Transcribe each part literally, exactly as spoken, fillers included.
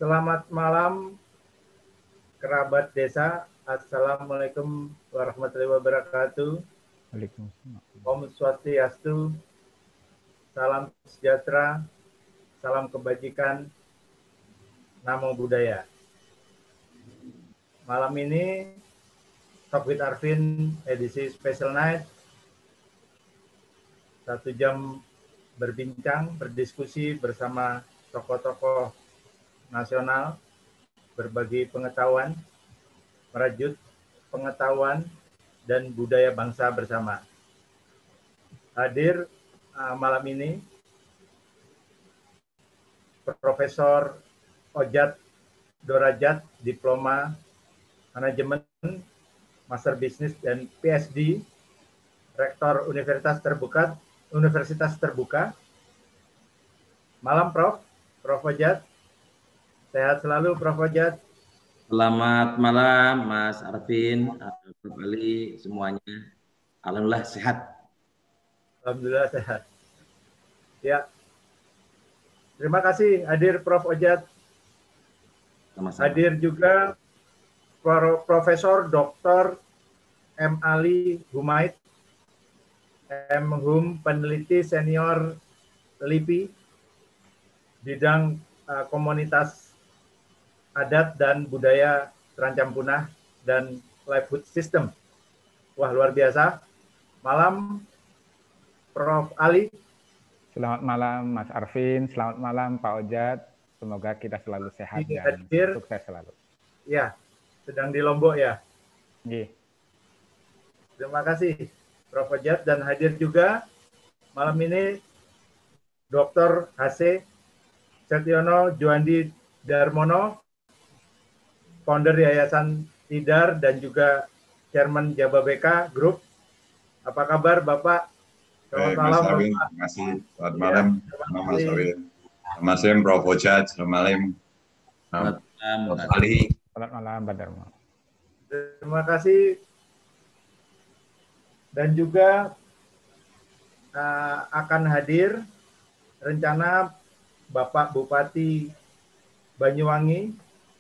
Selamat malam, kerabat desa. Assalamualaikum warahmatullahi wabarakatuh. Waalaikumsalam. Om Swastiastu, salam sejahtera, salam kebajikan, namo buddhaya. Malam ini, Talk with Arvin, edisi Special Night. Satu jam berbincang, berdiskusi bersama tokoh-tokoh nasional, berbagi pengetahuan, merajut pengetahuan dan budaya bangsa bersama. Hadir uh, malam ini Profesor Ojat Dorajat, Diploma Manajemen, Master Bisnis dan P H D, Rektor Universitas Terbuka, Universitas Terbuka. Malam Prof, Prof Ojat. Sehat selalu Prof Ojat. Selamat malam Mas Arvin, Prof Ali, semuanya. Alhamdulillah sehat. Alhamdulillah sehat. Ya. Terima kasih hadir Prof Ojat. Sama-sama. Hadir juga Profesor Doktor M. Ali Humaid, M. Hum, peneliti senior L I P I, bidang uh, komunitas adat dan budaya terancam punah dan livelihood system. Wah, luar biasa. Malam, Prof Ali. Selamat malam Mas Arvin, selamat malam Pak Ojat. Semoga kita selalu sehat Ini dan hadir. sukses selalu. Ya, sedang di Lombok ya. Iya. Terima kasih Prof Ojat, dan hadir juga malam ini Doktor H C Setyono Juandi Darmono, founder Yayasan Tidar dan juga Chairman Jababeka Group. Apa kabar Bapak? Selamat malam. Mas Arvin, terima kasih. Selamat malam, ya, Mas Arvin. Selamat malam, Prof Ojat. Selamat malam, Selamat malam, Prof Ali. Selamat malam, Pak Darmo. Terima kasih. Dan juga uh, akan hadir rencana Bapak Bupati Banyuwangi,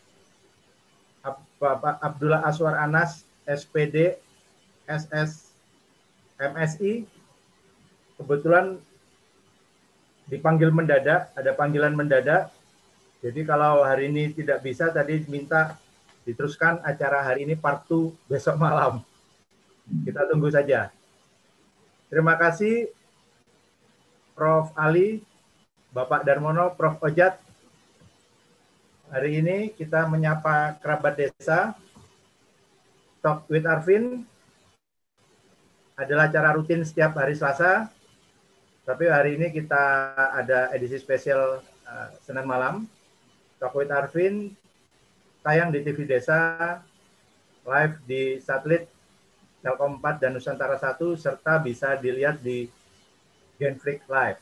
Bapak Abdullah Aswar Anas, S P D, S S, M S I, kebetulan dipanggil mendadak, ada panggilan mendadak. Jadi kalau hari ini tidak bisa, tadi minta diteruskan acara hari ini part dua besok malam. Kita tunggu saja. Terima kasih Prof Ali, Bapak Darmono, Prof Ojat. Hari ini kita menyapa kerabat desa. Talk with Arvin adalah acara rutin setiap hari Selasa. Tapi hari ini kita ada edisi spesial uh, Senin malam. Talk with Arvin tayang di T V Desa, live di satelit Telkom empat dan Nusantara satu, serta bisa dilihat di Genflix Live.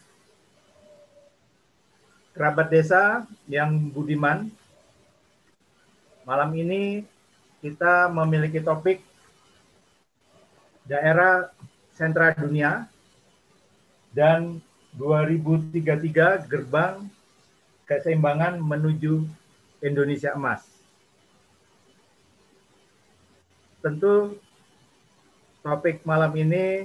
Kerabat desa yang budiman, malam ini kita memiliki topik daerah sentra dunia dan dua ribu tiga puluh tiga gerbang keseimbangan menuju Indonesia emas. Tentu topik malam ini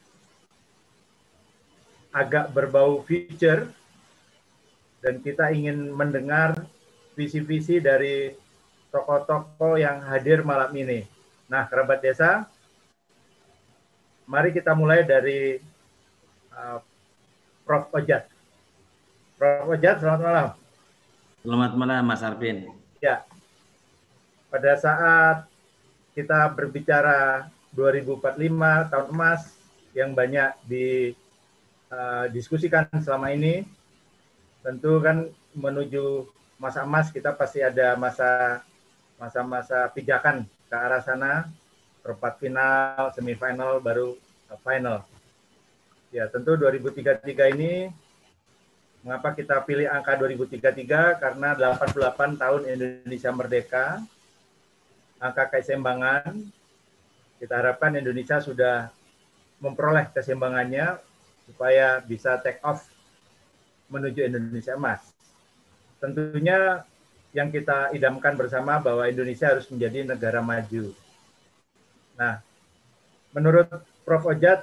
agak berbau future dan kita ingin mendengar visi-visi dari tokoh-tokoh yang hadir malam ini. Nah, kerabat desa, mari kita mulai dari uh, Prof Ojat. Prof Ojat, selamat malam. Selamat malam Mas Arvin. Ya. Pada saat kita berbicara dua ribu empat puluh lima, tahun emas yang banyak didiskusikan uh, selama ini, tentu kan menuju masa emas kita pasti ada masa masa-masa pijakan ke arah sana, perempat final, semifinal, baru final. Ya, tentu dua ribu tiga puluh tiga ini, mengapa kita pilih angka dua ribu tiga puluh tiga? Karena delapan puluh delapan tahun Indonesia merdeka, angka keseimbangan, kita harapkan Indonesia sudah memperoleh keseimbangannya supaya bisa take off menuju Indonesia emas. Tentunya yang kita idamkan bersama bahwa Indonesia harus menjadi negara maju. Nah, menurut Prof Ojat,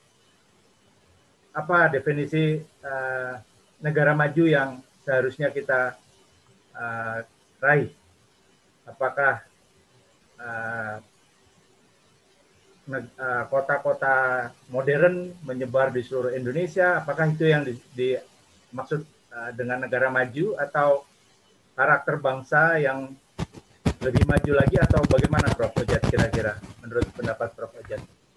apa definisi uh, negara maju yang seharusnya kita uh, raih? Apakah kota-kota uh, uh, modern menyebar di seluruh Indonesia? Apakah itu yang dimaksud uh, dengan negara maju, atau karakter bangsa yang lebih maju lagi, atau bagaimana Prof Ojat kira-kira menurut pendapat Prof Ojat?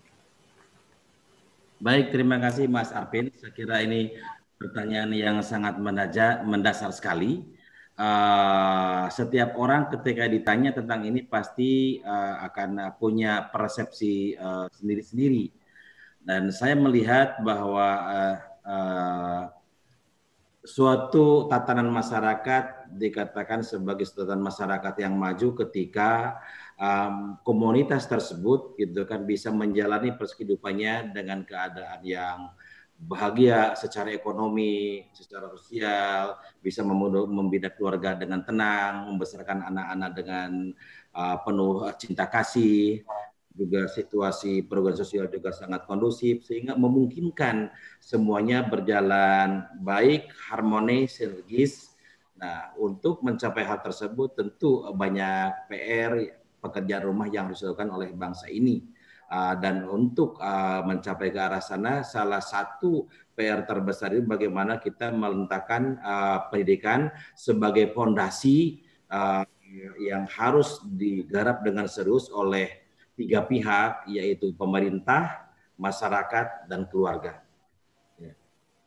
Baik, terima kasih Mas Arvin. Saya kira ini pertanyaan yang sangat mendaja, mendasar sekali. Uh, setiap orang ketika ditanya tentang ini pasti uh, akan punya persepsi uh, sendiri-sendiri. Dan saya melihat bahwa uh, uh, suatu tatanan masyarakat dikatakan sebagai tatanan masyarakat yang maju ketika um, komunitas tersebut gitu kan bisa menjalani kehidupannya dengan keadaan yang bahagia secara ekonomi, secara sosial, bisa membina keluarga dengan tenang, membesarkan anak-anak dengan uh, penuh cinta kasih, juga situasi program sosial juga sangat kondusif sehingga memungkinkan semuanya berjalan baik, harmonis, sinergis. Nah, untuk mencapai hal tersebut tentu banyak P R, pekerjaan rumah yang harus dilakukan oleh bangsa ini. Uh, dan untuk uh, mencapai ke arah sana, salah satu P R terbesar itu bagaimana kita meletakkan uh, pendidikan sebagai fondasi uh, yang harus digarap dengan serius oleh tiga pihak, yaitu pemerintah, masyarakat, dan keluarga. Ya.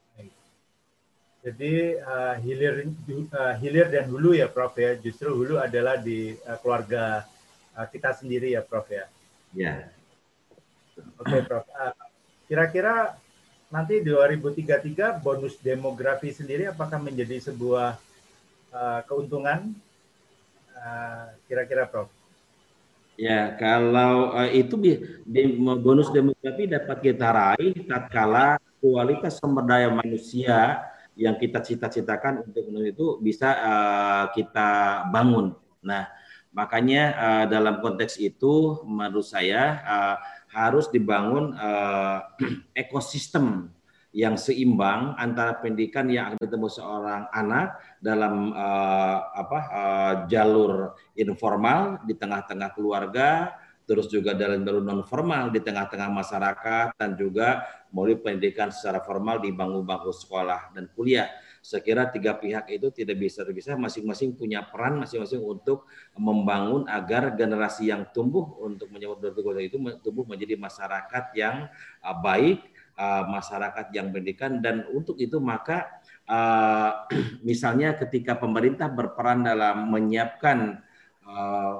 Jadi uh, hilir, uh, hilir dan hulu ya Prof ya, justru hulu adalah di uh, keluarga uh, kita sendiri ya Prof ya. Ya. Oke okay, Prof. Uh, kira-kira nanti dua ribu tiga puluh tiga bonus demografi sendiri apakah menjadi sebuah uh, keuntungan? Uh, kira-kira Prof. Ya, kalau uh, itu di, bonus demografi dapat kita raih tatkala kualitas sumber daya manusia yang kita cita-citakan untuk itu bisa uh, kita bangun. Nah, makanya uh, dalam konteks itu menurut saya uh, harus dibangun uh, ekosistem yang seimbang antara pendidikan yang akan ketemu seorang anak dalam uh, apa uh, jalur informal di tengah-tengah keluarga, terus juga dalam jalur non formal di tengah-tengah masyarakat, dan juga melalui pendidikan secara formal di bangku-bangku sekolah dan kuliah. Saya kira tiga pihak itu tidak bisa terpisah, masing-masing punya peran masing-masing untuk membangun agar generasi yang tumbuh untuk menyambut dua ribu dua puluh itu tumbuh menjadi masyarakat yang uh, baik, Uh, masyarakat yang pendidikan. Dan untuk itu maka uh, misalnya ketika pemerintah berperan dalam menyiapkan uh,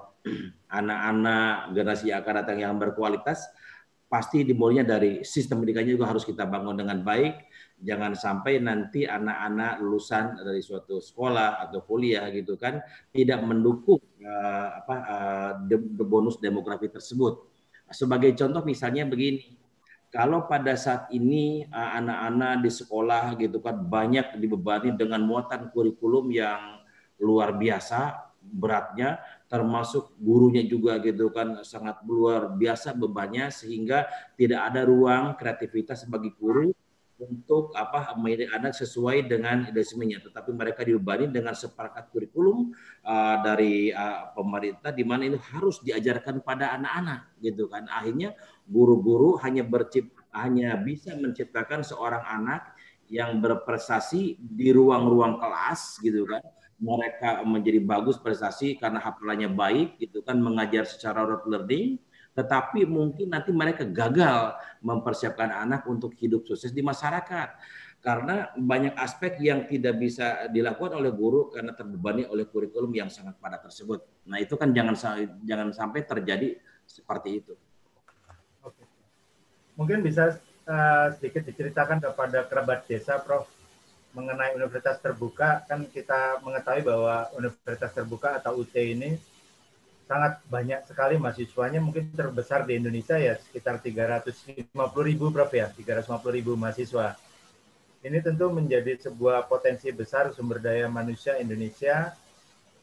anak-anak generasi yang akan datang yang berkualitas, pasti dimulainya dari sistem pendidikannya juga harus kita bangun dengan baik. Jangan sampai nanti anak-anak lulusan dari suatu sekolah atau kuliah gitu kan tidak mendukung uh, apa uh, de de bonus demografi tersebut. Sebagai contoh misalnya begini, kalau pada saat ini anak-anak di sekolah gitu kan banyak dibebani dengan muatan kurikulum yang luar biasa beratnya, termasuk gurunya juga gitu kan sangat luar biasa bebannya, sehingga tidak ada ruang kreativitas bagi guru untuk apa mendidik anak sesuai dengan idealismenya, tetapi mereka dibebani dengan seperangkat kurikulum uh, dari uh, pemerintah di mana itu harus diajarkan pada anak-anak gitu kan. Akhirnya guru-guru hanya bercipt hanya bisa menciptakan seorang anak yang berprestasi di ruang-ruang kelas gitu kan. Mereka menjadi bagus prestasi karena hafalannya baik gitu kan, mengajar secara rote learning, tetapi mungkin nanti mereka gagal mempersiapkan anak untuk hidup sukses di masyarakat karena banyak aspek yang tidak bisa dilakukan oleh guru karena terbebani oleh kurikulum yang sangat padat tersebut. Nah, itu kan jangan jangan sampai terjadi seperti itu. Oke. Mungkin bisa uh, sedikit diceritakan kepada kerabat desa, Prof, mengenai universitas terbuka. Kan kita mengetahui bahwa universitas terbuka atau U T ini sangat banyak sekali mahasiswanya, mungkin terbesar di Indonesia ya, sekitar tiga ratus lima puluh ribu Prof ya, tiga ratus lima puluh ribu mahasiswa. Ini tentu menjadi sebuah potensi besar sumber daya manusia Indonesia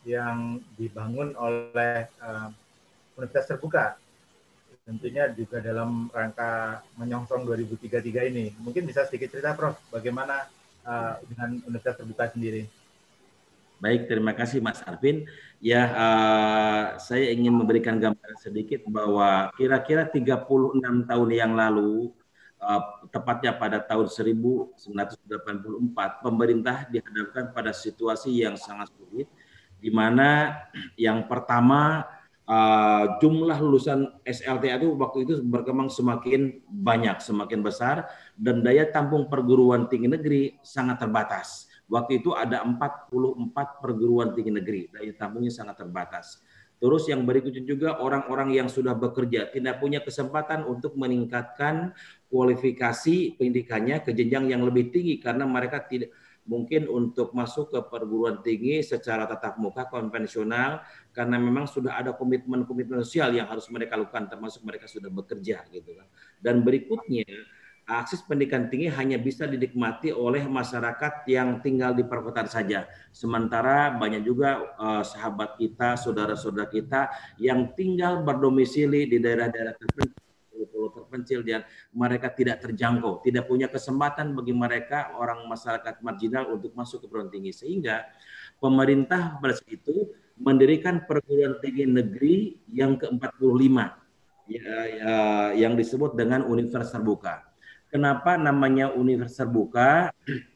yang dibangun oleh uh, Universitas Terbuka. Tentunya juga dalam rangka menyongsong dua ribu tiga puluh tiga ini. Mungkin bisa sedikit cerita, Prof, bagaimana uh, dengan Universitas Terbuka sendiri? Baik, terima kasih Mas Arvin. Ya, uh, saya ingin memberikan gambaran sedikit bahwa kira-kira tiga puluh enam tahun yang lalu, uh, tepatnya pada tahun seribu sembilan ratus delapan puluh empat, pemerintah dihadapkan pada situasi yang sangat sulit, di mana yang pertama uh, jumlah lulusan S L T A itu waktu itu berkembang semakin banyak, semakin besar, dan daya tampung perguruan tinggi negeri sangat terbatas. Waktu itu ada empat puluh empat perguruan tinggi negeri, daya tampungnya sangat terbatas. Terus yang berikutnya juga orang-orang yang sudah bekerja tidak punya kesempatan untuk meningkatkan kualifikasi pendidikannya ke jenjang yang lebih tinggi karena mereka tidak mungkin untuk masuk ke perguruan tinggi secara tatap muka konvensional karena memang sudah ada komitmen-komitmen sosial yang harus mereka lakukan termasuk mereka sudah bekerja gitu kan. Dan berikutnya akses pendidikan tinggi hanya bisa dinikmati oleh masyarakat yang tinggal di perkotaan saja. Sementara banyak juga uh, sahabat kita, saudara-saudara kita yang tinggal berdomisili di daerah-daerah terpencil, pulau terpencil dan mereka tidak terjangkau, tidak punya kesempatan bagi mereka orang masyarakat marginal untuk masuk ke perguruan tinggi. Sehingga pemerintah pada saat itu mendirikan perguruan tinggi negeri yang ke empat puluh lima ya, ya, yang disebut dengan Universitas Terbuka. Kenapa namanya Universitas Terbuka?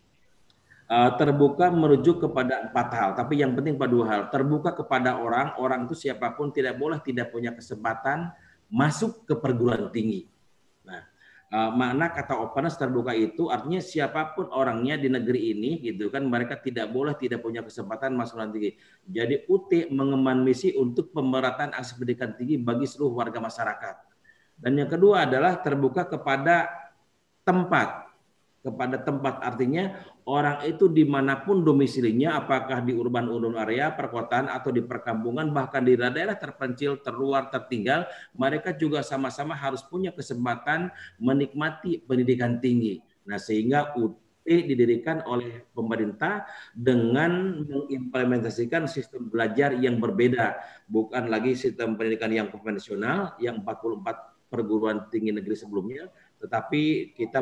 Uh, terbuka merujuk kepada empat hal, tapi yang penting pada dua hal. Terbuka kepada orang, orang itu siapapun tidak boleh tidak punya kesempatan masuk ke perguruan tinggi. Nah, uh, makna kata openness terbuka itu artinya siapapun orangnya di negeri ini, gitu kan, mereka tidak boleh tidak punya kesempatan masuk perguruan tinggi. Jadi U T mengemban misi untuk pemerataan akses pendidikan tinggi bagi seluruh warga masyarakat. Dan yang kedua adalah terbuka kepada tempat, kepada tempat artinya orang itu dimanapun domisilinya, apakah di urban-urban area, perkotaan atau di perkampungan, bahkan di daerah terpencil, terluar, tertinggal, mereka juga sama-sama harus punya kesempatan menikmati pendidikan tinggi. Nah, sehingga U T didirikan oleh pemerintah dengan mengimplementasikan sistem belajar yang berbeda, bukan lagi sistem pendidikan yang konvensional yang empat puluh empat perguruan tinggi negeri sebelumnya, tetapi kita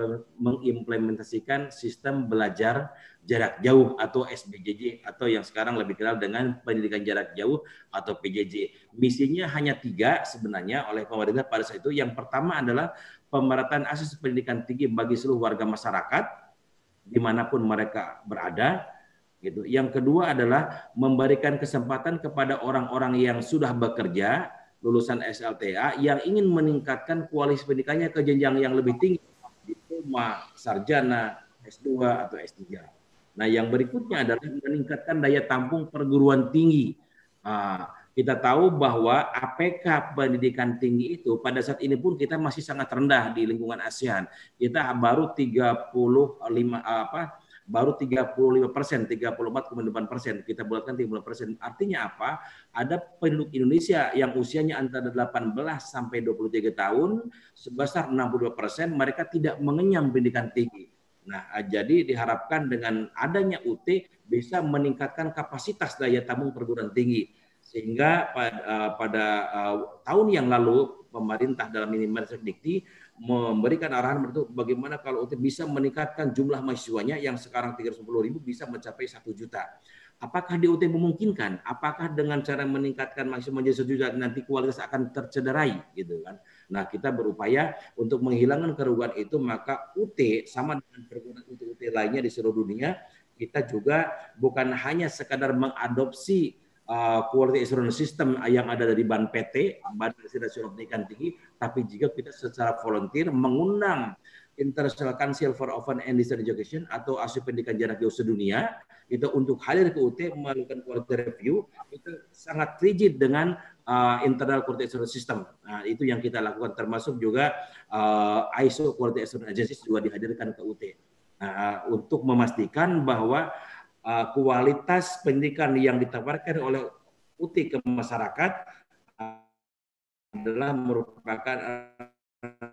mengimplementasikan sistem belajar jarak jauh atau S B J J atau yang sekarang lebih dikenal dengan pendidikan jarak jauh atau P J J. Misinya hanya tiga sebenarnya oleh pemerintah pada saat itu. Yang pertama adalah pemerataan akses pendidikan tinggi bagi seluruh warga masyarakat dimanapun mereka berada. Gitu. Yang kedua adalah memberikan kesempatan kepada orang-orang yang sudah bekerja, lulusan S L T A yang ingin meningkatkan kualitas pendidikannya ke jenjang yang lebih tinggi, diploma, sarjana, S dua atau S tiga. Nah, yang berikutnya adalah meningkatkan daya tampung perguruan tinggi. Nah, kita tahu bahwa A P K pendidikan tinggi itu pada saat ini pun kita masih sangat rendah di lingkungan ASEAN. Kita baru tiga puluh lima apa? baru tiga puluh lima persen, tiga puluh empat koma delapan persen, kita buatkan tiga puluh persen. Artinya apa? Ada penduduk Indonesia yang usianya antara delapan belas sampai dua puluh tiga tahun, sebesar enam puluh dua persen mereka tidak mengenyam pendidikan tinggi. Nah, jadi diharapkan dengan adanya U T bisa meningkatkan kapasitas daya tampung perguruan tinggi. Sehingga pada, pada uh, tahun yang lalu pemerintah dalam ini Mendikti memberikan arahan untuk bagaimana kalau U T bisa meningkatkan jumlah mahasiswanya yang sekarang tiga ratus sepuluh ribu bisa mencapai satu juta. Apakah di U T memungkinkan? Apakah dengan cara meningkatkan mahasiswa menjadi satu juta nanti kualitas akan tercederai gitu kan? Nah, kita berupaya untuk menghilangkan kerugian itu, maka U T sama dengan perguruan U T-U T lainnya di seluruh dunia, kita juga bukan hanya sekadar mengadopsi Uh, quality assurance system yang ada dari B A N P T, Badan Nasional Pendidikan Tinggi, tapi juga kita secara volunteer mengundang International Council for Open and Distance Education atau Asosiasi Pendidikan Jarak Jauh Sedunia itu untuk hadir ke U T melakukan quality review. Itu sangat rigid dengan uh, internal quality assurance system. Nah, itu yang kita lakukan, termasuk juga uh, I S O Quality Assurance Agency juga dihadirkan ke U T. Nah, untuk memastikan bahwa Uh, kualitas pendidikan yang ditawarkan oleh U T ke masyarakat uh, adalah merupakan uh,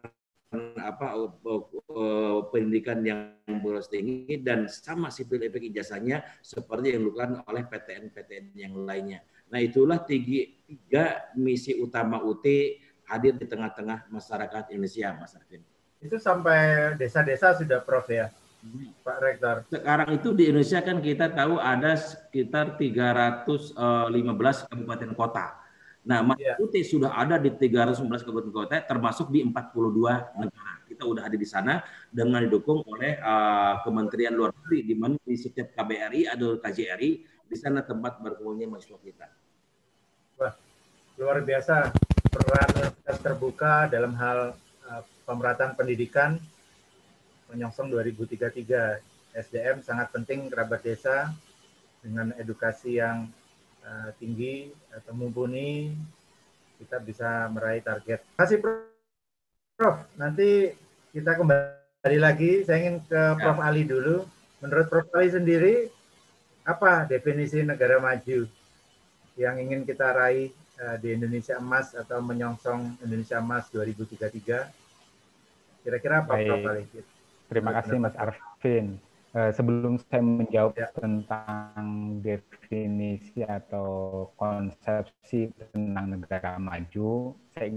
apa pendidikan yang bolos tinggi dan sama sipil efek ijazahnya seperti yang dilakukan oleh P T N P T N yang lainnya. Nah, itulah tiga, tiga misi utama U T hadir di tengah-tengah masyarakat Indonesia, Mas Arvin. Itu sampai desa-desa sudah, Prof ya, Pak Rektor. Sekarang itu di Indonesia kan kita tahu ada sekitar tiga ratus lima belas kabupaten kota. Nah, Mas Ya. U T sudah ada di tiga ratus lima belas kabupaten kota, termasuk di empat puluh dua negara. Kita udah ada di sana dengan didukung oleh uh, Kementerian Luar Negeri, di mana di setiap K B R I atau K J R I, di sana tempat berkumpulnya mahasiswa kita. Wah, luar biasa peran universitas terbuka dalam hal uh, pemerataan pendidikan menyongsong dua ribu tiga puluh tiga. S D M sangat penting, kerabat desa dengan edukasi yang uh, tinggi atau mumpuni, kita bisa meraih target. Terima kasih, Prof. Nanti kita kembali lagi. Saya ingin ke Prof Ali dulu. Menurut Prof Ali sendiri, apa definisi negara maju yang ingin kita raih uh, di Indonesia Emas atau menyongsong Indonesia Emas dua ribu tiga puluh tiga? Kira-kira apa, Prof Ali? Terima kasih, Mas Arvin. Uh, sebelum saya menjawab ya. tentang definisi atau konsepsi tentang negara maju, saya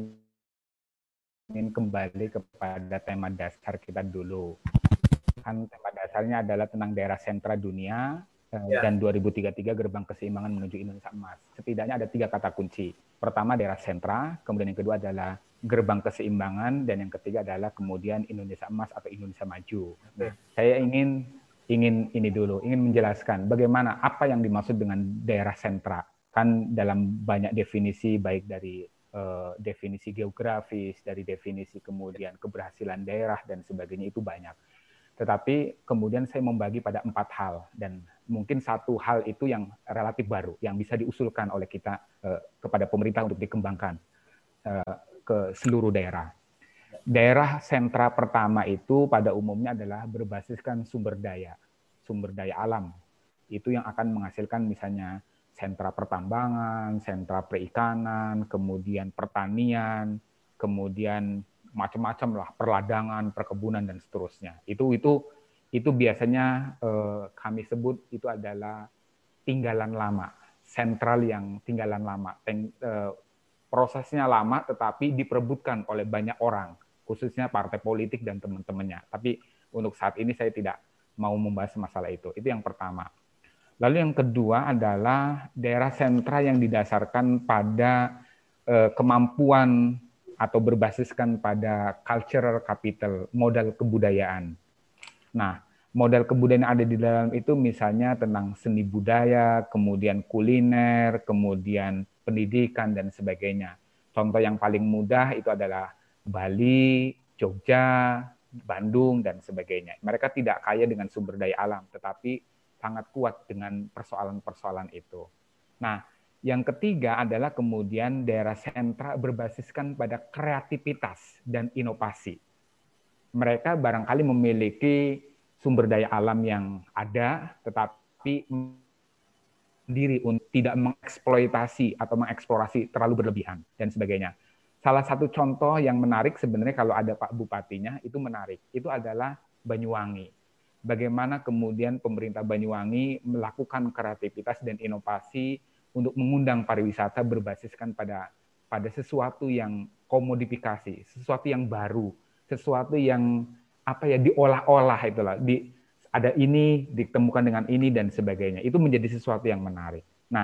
ingin kembali kepada tema dasar kita dulu. Kan tema dasarnya adalah tentang daerah sentra dunia, ya. Dan dua ribu tiga puluh tiga gerbang keseimbangan menuju Indonesia Emas. Setidaknya ada tiga kata kunci. Pertama daerah sentra, kemudian yang kedua adalah gerbang keseimbangan, dan yang ketiga adalah kemudian Indonesia Emas atau Indonesia Maju. Nah, saya ingin ingin ini dulu, ingin menjelaskan bagaimana apa yang dimaksud dengan daerah sentra. Kan dalam banyak definisi, baik dari uh, definisi geografis, dari definisi kemudian keberhasilan daerah dan sebagainya, itu banyak. Tetapi kemudian saya membagi pada empat hal, dan mungkin satu hal itu yang relatif baru, yang bisa diusulkan oleh kita uh, kepada pemerintah untuk dikembangkan uh, ke seluruh daerah. Daerah sentra pertama itu pada umumnya adalah berbasiskan sumber daya, sumber daya alam. Itu yang akan menghasilkan misalnya sentra pertambangan, sentra perikanan, kemudian pertanian, kemudian macam-macam lah, perladangan, perkebunan dan seterusnya. Itu itu itu biasanya eh, kami sebut itu adalah tinggalan lama, sentral yang tinggalan lama. Teng, eh, prosesnya lama tetapi diperebutkan oleh banyak orang, khususnya partai politik dan teman-temannya. Tapi untuk saat ini saya tidak mau membahas masalah itu. Itu yang pertama. Lalu yang kedua adalah daerah sentra yang didasarkan pada eh, kemampuan atau berbasiskan pada cultural capital, modal kebudayaan. Nah, modal kebudayaan yang ada di dalam itu misalnya tentang seni budaya, kemudian kuliner, kemudian pendidikan, dan sebagainya. Contoh yang paling mudah itu adalah Bali, Jogja, Bandung, dan sebagainya. Mereka tidak kaya dengan sumber daya alam, tetapi sangat kuat dengan persoalan-persoalan itu. Nah, yang ketiga adalah kemudian daerah sentra berbasiskan pada kreativitas dan inovasi. Mereka barangkali memiliki sumber daya alam yang ada, tetapi sendiri untuk tidak mengeksploitasi atau mengeksplorasi terlalu berlebihan dan sebagainya. Salah satu contoh yang menarik sebenarnya kalau ada Pak Bupatinya itu menarik, itu adalah Banyuwangi. Bagaimana kemudian pemerintah Banyuwangi melakukan kreativitas dan inovasi untuk mengundang pariwisata berbasiskan pada pada sesuatu yang komodifikasi, sesuatu yang baru, sesuatu yang apa ya diolah-olah itulah, di ada ini ditemukan dengan ini dan sebagainya. Itu menjadi sesuatu yang menarik. Nah,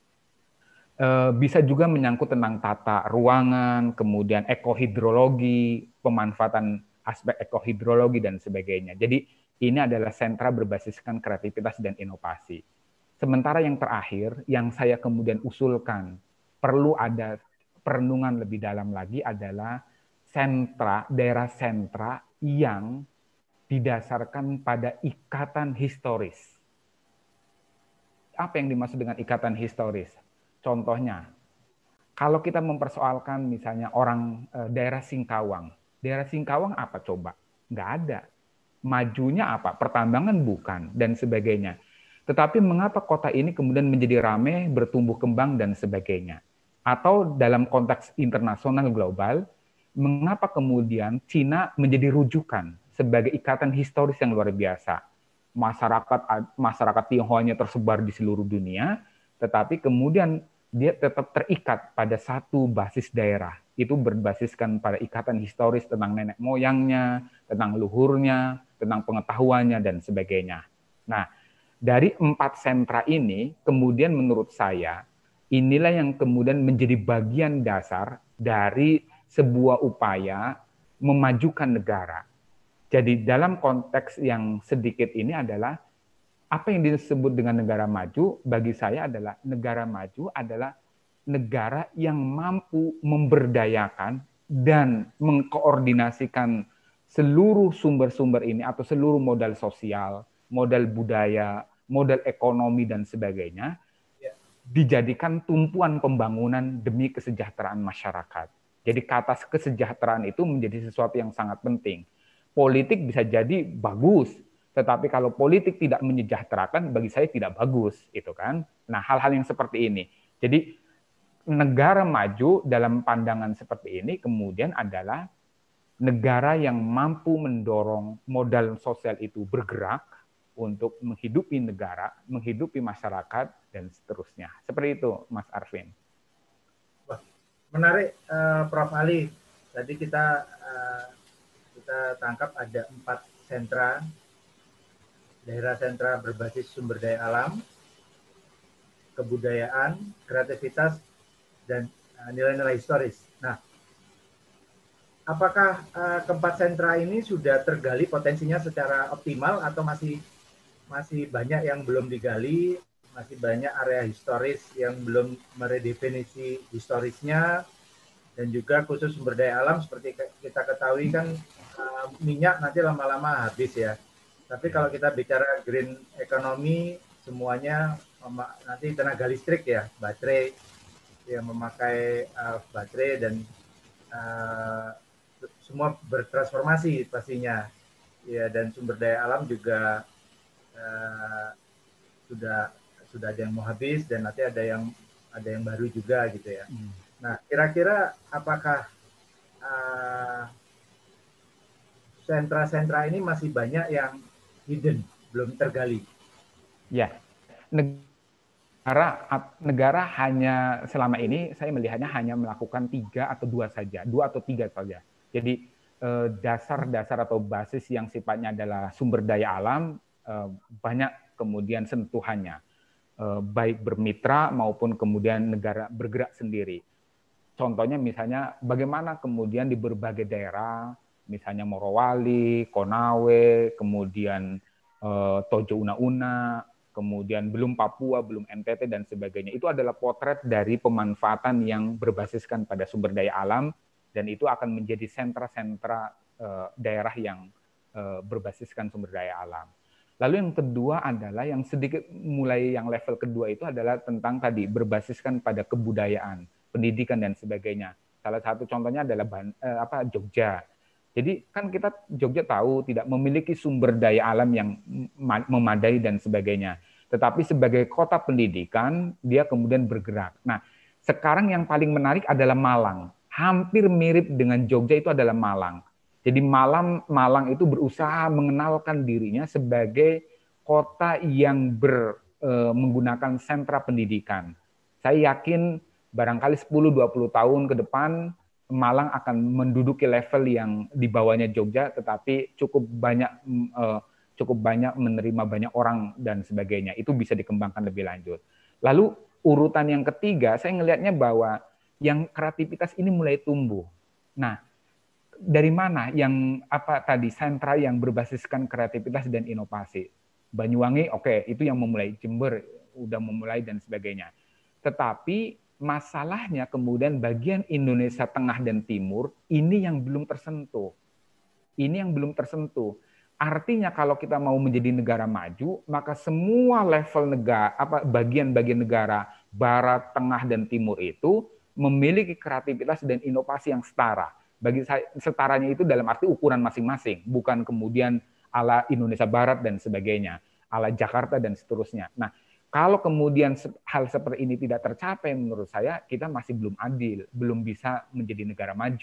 e, bisa juga menyangkut tentang tata ruangan, kemudian ekohidrologi, pemanfaatan aspek ekohidrologi dan sebagainya. Jadi ini adalah sentra berbasiskan kreativitas dan inovasi. Sementara yang terakhir, yang saya kemudian usulkan, perlu ada perenungan lebih dalam lagi adalah sentra, daerah sentra yang didasarkan pada ikatan historis. Apa yang dimaksud dengan ikatan historis? Contohnya, kalau kita mempersoalkan misalnya orang daerah Singkawang, daerah Singkawang apa coba? Nggak ada. Majunya apa? Pertambangan bukan, dan sebagainya. Tetapi mengapa kota ini kemudian menjadi ramai, bertumbuh kembang, dan sebagainya? Atau dalam konteks internasional global, mengapa kemudian Cina menjadi rujukan sebagai ikatan historis yang luar biasa. Masyarakat masyarakat Tionghoanya tersebar di seluruh dunia, tetapi kemudian dia tetap terikat pada satu basis daerah. Itu berbasiskan pada ikatan historis tentang nenek moyangnya, tentang luhurnya, tentang pengetahuannya, dan sebagainya. Nah, dari empat sentra ini, kemudian menurut saya, inilah yang kemudian menjadi bagian dasar dari sebuah upaya memajukan negara. Jadi dalam konteks yang sedikit ini adalah apa yang disebut dengan negara maju, bagi saya adalah negara maju adalah negara yang mampu memberdayakan dan mengkoordinasikan seluruh sumber-sumber ini atau seluruh modal sosial, modal budaya, modal ekonomi, dan sebagainya, dijadikan tumpuan pembangunan demi kesejahteraan masyarakat. Jadi kata kesejahteraan itu menjadi sesuatu yang sangat penting. Politik bisa jadi bagus, tetapi kalau politik tidak menyejahterakan, bagi saya tidak bagus, itu kan. Nah, hal-hal yang seperti ini. Jadi negara maju dalam pandangan seperti ini kemudian adalah negara yang mampu mendorong modal sosial itu bergerak untuk menghidupi negara, menghidupi masyarakat, dan seterusnya. Seperti itu, Mas Arvin. Menarik, uh, Prof Ali. Tadi kita uh, kita tangkap ada empat sentra, daerah sentra berbasis sumber daya alam, kebudayaan, kreativitas, dan uh, nilai-nilai historis. Nah, apakah uh, keempat sentra ini sudah tergali potensinya secara optimal atau masih masih banyak yang belum digali, masih banyak area historis yang belum meredefinisi historisnya, dan juga khusus sumber daya alam seperti kita ketahui kan uh, minyak nanti lama-lama habis ya. Tapi kalau kita bicara green economy, semuanya nanti tenaga listrik ya, baterai yang memakai uh, baterai dan uh, semua bertransformasi pastinya ya, dan sumber daya alam juga uh, sudah sudah ada yang mau habis dan nanti ada yang ada yang baru juga gitu ya. Hmm. Nah, kira-kira apakah uh, sentra-sentra ini masih banyak yang hidden, belum tergali? Ya, negara negara hanya selama ini saya melihatnya hanya melakukan tiga atau dua saja, dua atau tiga saja. Jadi dasar-dasar atau basis yang sifatnya adalah sumber daya alam banyak kemudian sentuhannya, baik bermitra maupun kemudian negara bergerak sendiri. Contohnya misalnya bagaimana kemudian di berbagai daerah, misalnya Morowali, Konawe, kemudian eh, Tojo Una-Una, kemudian belum Papua, belum N T T, dan sebagainya. Itu adalah potret dari pemanfaatan yang berbasiskan pada sumber daya alam, dan itu akan menjadi sentra-sentra eh, daerah yang eh, berbasiskan sumber daya alam. Lalu yang kedua adalah yang sedikit mulai yang level kedua itu adalah tentang tadi berbasiskan pada kebudayaan, pendidikan, dan sebagainya. Salah satu contohnya adalah eh, apa Jogja. Jadi kan kita Jogja tahu tidak memiliki sumber daya alam yang memadai dan sebagainya. Tetapi sebagai kota pendidikan, dia kemudian bergerak. Nah, sekarang yang paling menarik adalah Malang. Hampir mirip dengan Jogja itu adalah Malang. Jadi Malang, Malang itu berusaha mengenalkan dirinya sebagai kota yang ber, eh, menggunakan sentra pendidikan. Saya yakin barangkali sepuluh dua puluh tahun ke depan Malang akan menduduki level yang di bawahnya Jogja, tetapi cukup banyak uh, cukup banyak menerima banyak orang dan sebagainya. Itu bisa dikembangkan lebih lanjut. Lalu urutan yang ketiga, saya ngelihatnya bahwa yang kreativitas ini mulai tumbuh. Nah, dari mana yang apa tadi sentra yang berbasiskan kreativitas dan inovasi? Banyuwangi, oke, okay, itu yang memulai. Jember udah memulai dan sebagainya. Tetapi masalahnya kemudian bagian Indonesia Tengah dan Timur ini yang belum tersentuh. Ini yang belum tersentuh. Artinya kalau kita mau menjadi negara maju, maka semua level negara, apa bagian-bagian negara Barat, Tengah, dan Timur itu memiliki kreativitas dan inovasi yang setara. Bagi saya setaranya itu dalam arti ukuran masing-masing, bukan kemudian ala Indonesia Barat dan sebagainya, ala Jakarta dan seterusnya. Nah, kalau kemudian hal seperti ini tidak tercapai, menurut saya kita masih belum adil, belum bisa menjadi negara maju.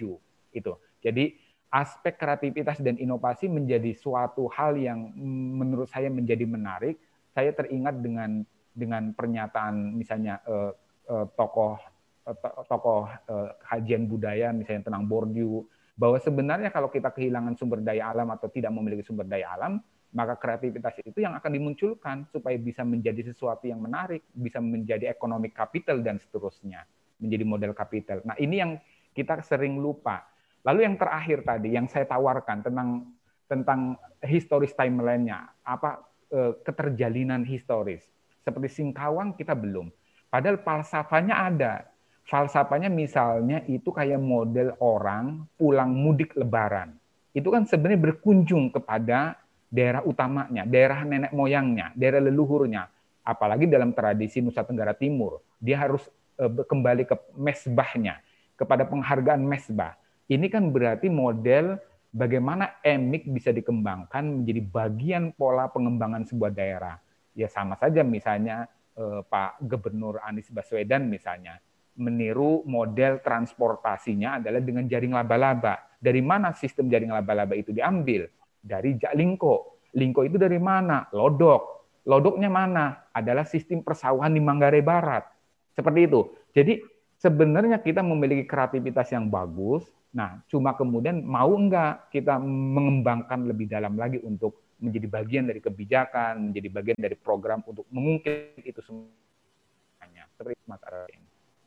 Itu. Jadi aspek kreativitas dan inovasi menjadi suatu hal yang menurut saya menjadi menarik. Saya teringat dengan dengan pernyataan misalnya eh, eh, tokoh eh, tokoh eh, kajian budaya misalnya tentang Bourdieu, bahwa sebenarnya kalau kita kehilangan sumber daya alam atau tidak memiliki sumber daya alam, maka kreativitas itu yang akan dimunculkan supaya bisa menjadi sesuatu yang menarik, bisa menjadi economic capital dan seterusnya, menjadi model kapital. Nah, ini yang kita sering lupa. Lalu yang terakhir tadi yang saya tawarkan tentang tentang historis timeline-nya, apa keterjalinan historis. Seperti Singkawang kita belum. Padahal falsafahnya ada. Falsafahnya misalnya itu kayak model orang pulang mudik lebaran. Itu kan sebenarnya berkunjung kepada daerah utamanya, daerah nenek moyangnya, daerah leluhurnya. Apalagi dalam tradisi Nusa Tenggara Timur, dia harus kembali ke mesbahnya, kepada penghargaan mesbah. Ini kan berarti model bagaimana emik bisa dikembangkan menjadi bagian pola pengembangan sebuah daerah. Ya sama saja misalnya eh, Pak Gubernur Anies Baswedan misalnya meniru model transportasinya adalah dengan jaring laba-laba. Dari mana sistem jaring laba-laba itu diambil? Dari Jaklingko. Lingko itu dari mana? Lodok. Lodoknya mana? Adalah sistem persawahan di Manggarai Barat. Seperti itu. Jadi sebenarnya kita memiliki kreativitas yang bagus. Nah, cuma kemudian mau enggak kita mengembangkan lebih dalam lagi untuk menjadi bagian dari kebijakan, menjadi bagian dari program untuk mengungkit itu semuanya. Seperti itu, Mas Arvin.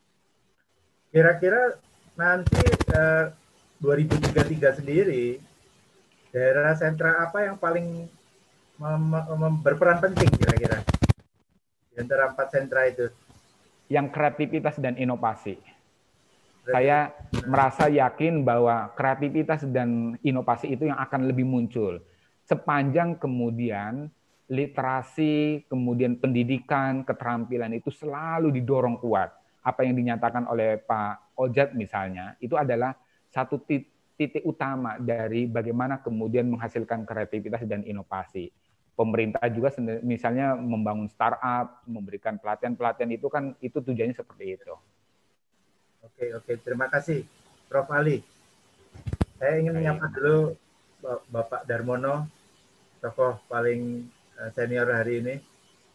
Kira-kira nanti eh, dua ribu tiga puluh tiga sendiri, daerah sentra apa yang paling mem- mem- berperan penting kira-kira di antara empat sentra itu? Yang kreativitas dan inovasi. Saya merasa yakin bahwa kreativitas dan inovasi itu yang akan lebih muncul. Sepanjang kemudian literasi, kemudian pendidikan, keterampilan itu selalu didorong kuat. Apa yang dinyatakan oleh Pak Ojat misalnya, itu adalah satu titik utama dari bagaimana kemudian menghasilkan kreativitas dan inovasi. Pemerintah juga misalnya membangun startup, memberikan pelatihan-pelatihan itu kan itu tujuannya seperti itu. Oke, oke. Terima kasih, Prof Ali. Saya ingin menyapa dulu Bapak Darmono, tokoh paling senior hari ini.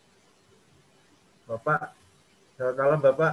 Bapak, selamat malam, Bapak.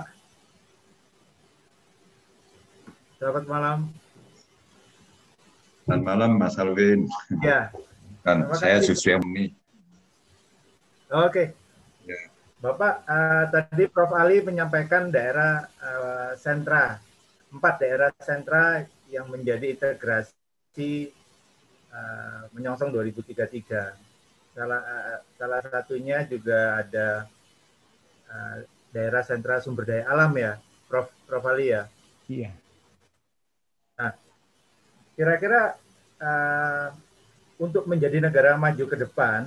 Selamat malam. Selamat malam, Mas Alvin. Ya. Dan saya justru yang ini. Oke. Ya. Bapak, uh, tadi Prof Ali menyampaikan daerah uh, sentra, empat daerah sentra yang menjadi integrasi uh, menyongsong dua ribu tiga puluh tiga. Salah, uh, salah satunya juga ada uh, daerah sentra sumber daya alam ya, Prof Prof Ali ya. Iya. Nah, kira-kira uh, untuk menjadi negara maju ke depan,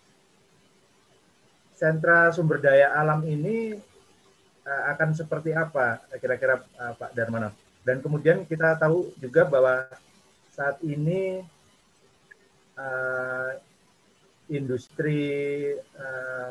sentra sumber daya alam ini uh, akan seperti apa kira-kira uh, Pak Darmono? Dan kemudian kita tahu juga bahwa saat ini uh, industri uh,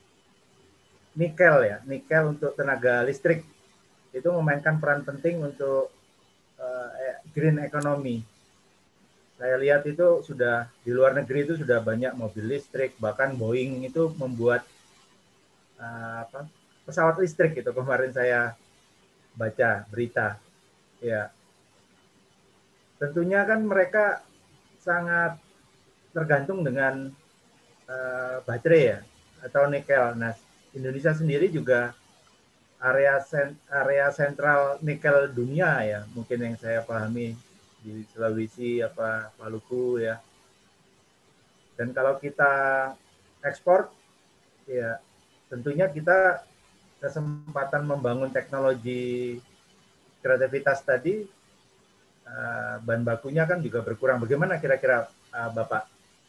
nikel ya, nikel untuk tenaga listrik itu memainkan peran penting untuk uh, green economy. Saya lihat itu sudah di luar negeri itu sudah banyak mobil listrik, bahkan Boeing itu membuat uh, apa, pesawat listrik itu kemarin saya baca berita. Ya, tentunya kan mereka sangat tergantung dengan uh, baterai ya atau nikel. Nah, Indonesia sendiri juga area sen area sentral nikel dunia ya, mungkin yang saya pahami di Sulawesi apa Maluku ya. Dan kalau kita ekspor ya tentunya kita kesempatan membangun teknologi kreativitas tadi uh, bahan bakunya kan juga berkurang. Bagaimana kira-kira uh, Bapak?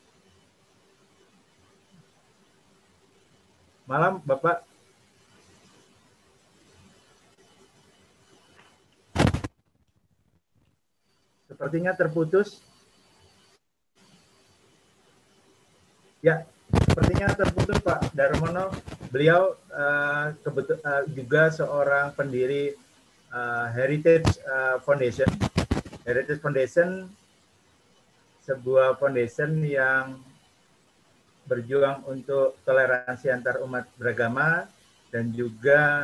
Malam Bapak. Sepertinya terputus. Ya, sepertinya terputus Pak Darmono. Beliau uh, kebetul, uh, juga seorang pendiri uh, Heritage uh, Foundation Heritage Foundation sebuah foundation yang berjuang untuk toleransi antar umat beragama dan juga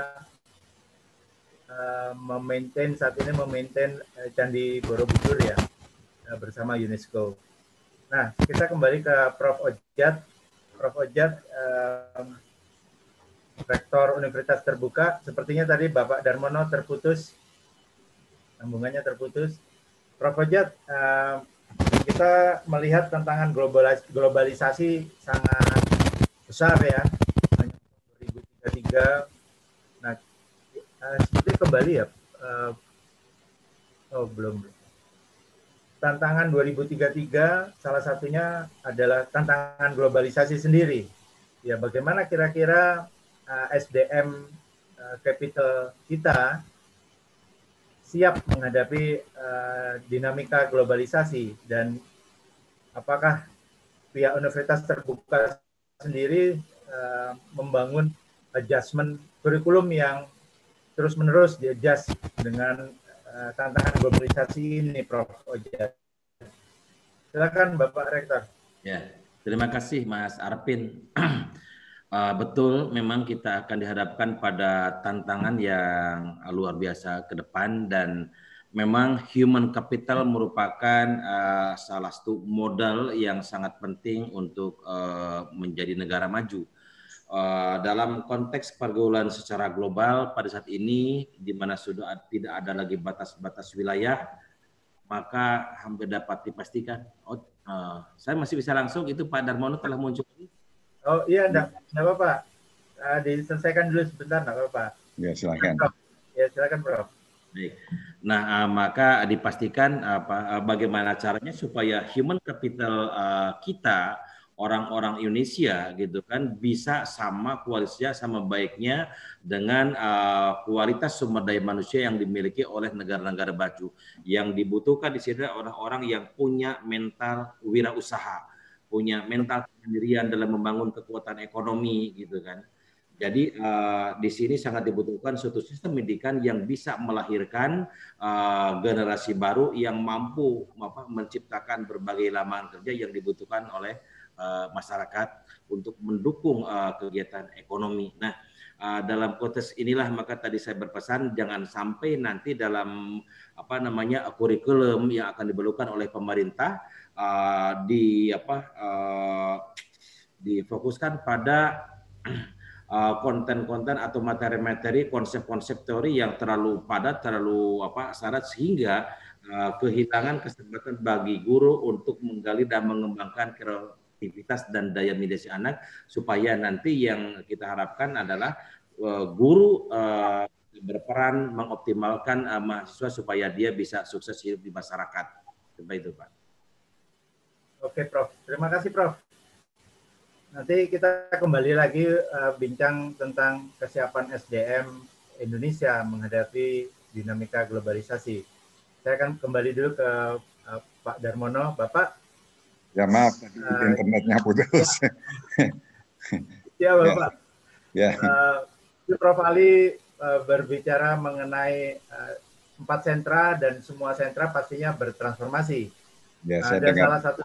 uh, memaintain saat ini memaintain uh, Candi Borobudur ya uh, bersama UNESCO. Nah, kita kembali ke Prof Ojat. Prof Ojat, uh, Rektor Universitas Terbuka. Sepertinya tadi Bapak Darmono terputus, sambungannya terputus. Prof Ojat, uh, kita melihat tantangan globalis globalisasi sangat besar ya, dua ribu tiga puluh tiga. Nah, uh, seperti kembali ya, uh, oh belum. Tantangan dua ribu tiga puluh tiga salah satunya adalah tantangan globalisasi sendiri. Ya, bagaimana kira-kira uh, S D M uh, capital kita siap menghadapi uh, dinamika globalisasi, dan apakah pihak Universitas Terbuka sendiri uh, membangun adjustment kurikulum yang terus-menerus di-adjust dengan uh, tantangan globalisasi ini, Prof Ojat. Silakan Bapak Rektor. Ya, terima kasih Mas Arpin. Uh, betul, memang kita akan dihadapkan pada tantangan yang luar biasa ke depan, dan memang human capital merupakan uh, salah satu modal yang sangat penting untuk uh, menjadi negara maju. Uh, dalam konteks pergaulan secara global pada saat ini, di mana sudah tidak ada lagi batas-batas wilayah, maka hampir dapat dipastikan. Oh, uh, saya masih bisa langsung, itu Pak Darmono telah muncul. Oh iya, enggak, enggak apa-apa. Uh, diselesaikan dulu sebentar, enggak apa-apa. Ya, silakan. Ya, silakan, Prof. Baik. Nah, uh, maka dipastikan apa uh, bagaimana caranya supaya human capital uh, kita, orang-orang Indonesia gitu kan, bisa sama kualitasnya, sama baiknya dengan uh, kualitas sumber daya manusia yang dimiliki oleh negara-negara maju. Yang dibutuhkan di sini orang-orang yang punya mental wirausaha, punya mental kemandirian dalam membangun kekuatan ekonomi gitu kan. Jadi uh, di sini sangat dibutuhkan suatu sistem pendidikan yang bisa melahirkan uh, generasi baru yang mampu apa, menciptakan berbagai lapangan kerja yang dibutuhkan oleh uh, masyarakat untuk mendukung uh, kegiatan ekonomi. Nah, uh, dalam konteks inilah maka tadi saya berpesan jangan sampai nanti dalam apa namanya kurikulum yang akan diperlukan oleh pemerintah uh, di apa uh, difokuskan pada konten-konten uh, atau materi-materi, konsep-konsep teori yang terlalu padat, terlalu apa syarat, sehingga uh, kehilangan kesempatan bagi guru untuk menggali dan mengembangkan kreativitas dan daya mediasi anak, supaya nanti yang kita harapkan adalah uh, guru uh, berperan mengoptimalkan uh, mahasiswa supaya dia bisa sukses hidup di masyarakat. Seperti itu, Pak. Oke, Prof. Terima kasih, Prof. Nanti kita kembali lagi uh, bincang tentang kesiapan S D M Indonesia menghadapi dinamika globalisasi. Saya akan kembali dulu ke uh, Pak Darmono. Bapak. Ya maaf, tadi uh, internetnya putus. Ya, Bapak. Ya. Uh, Prof Ali uh, berbicara mengenai uh, empat sentra, dan semua sentra pastinya bertransformasi. Ya, nah, saya dan dengar. salah satu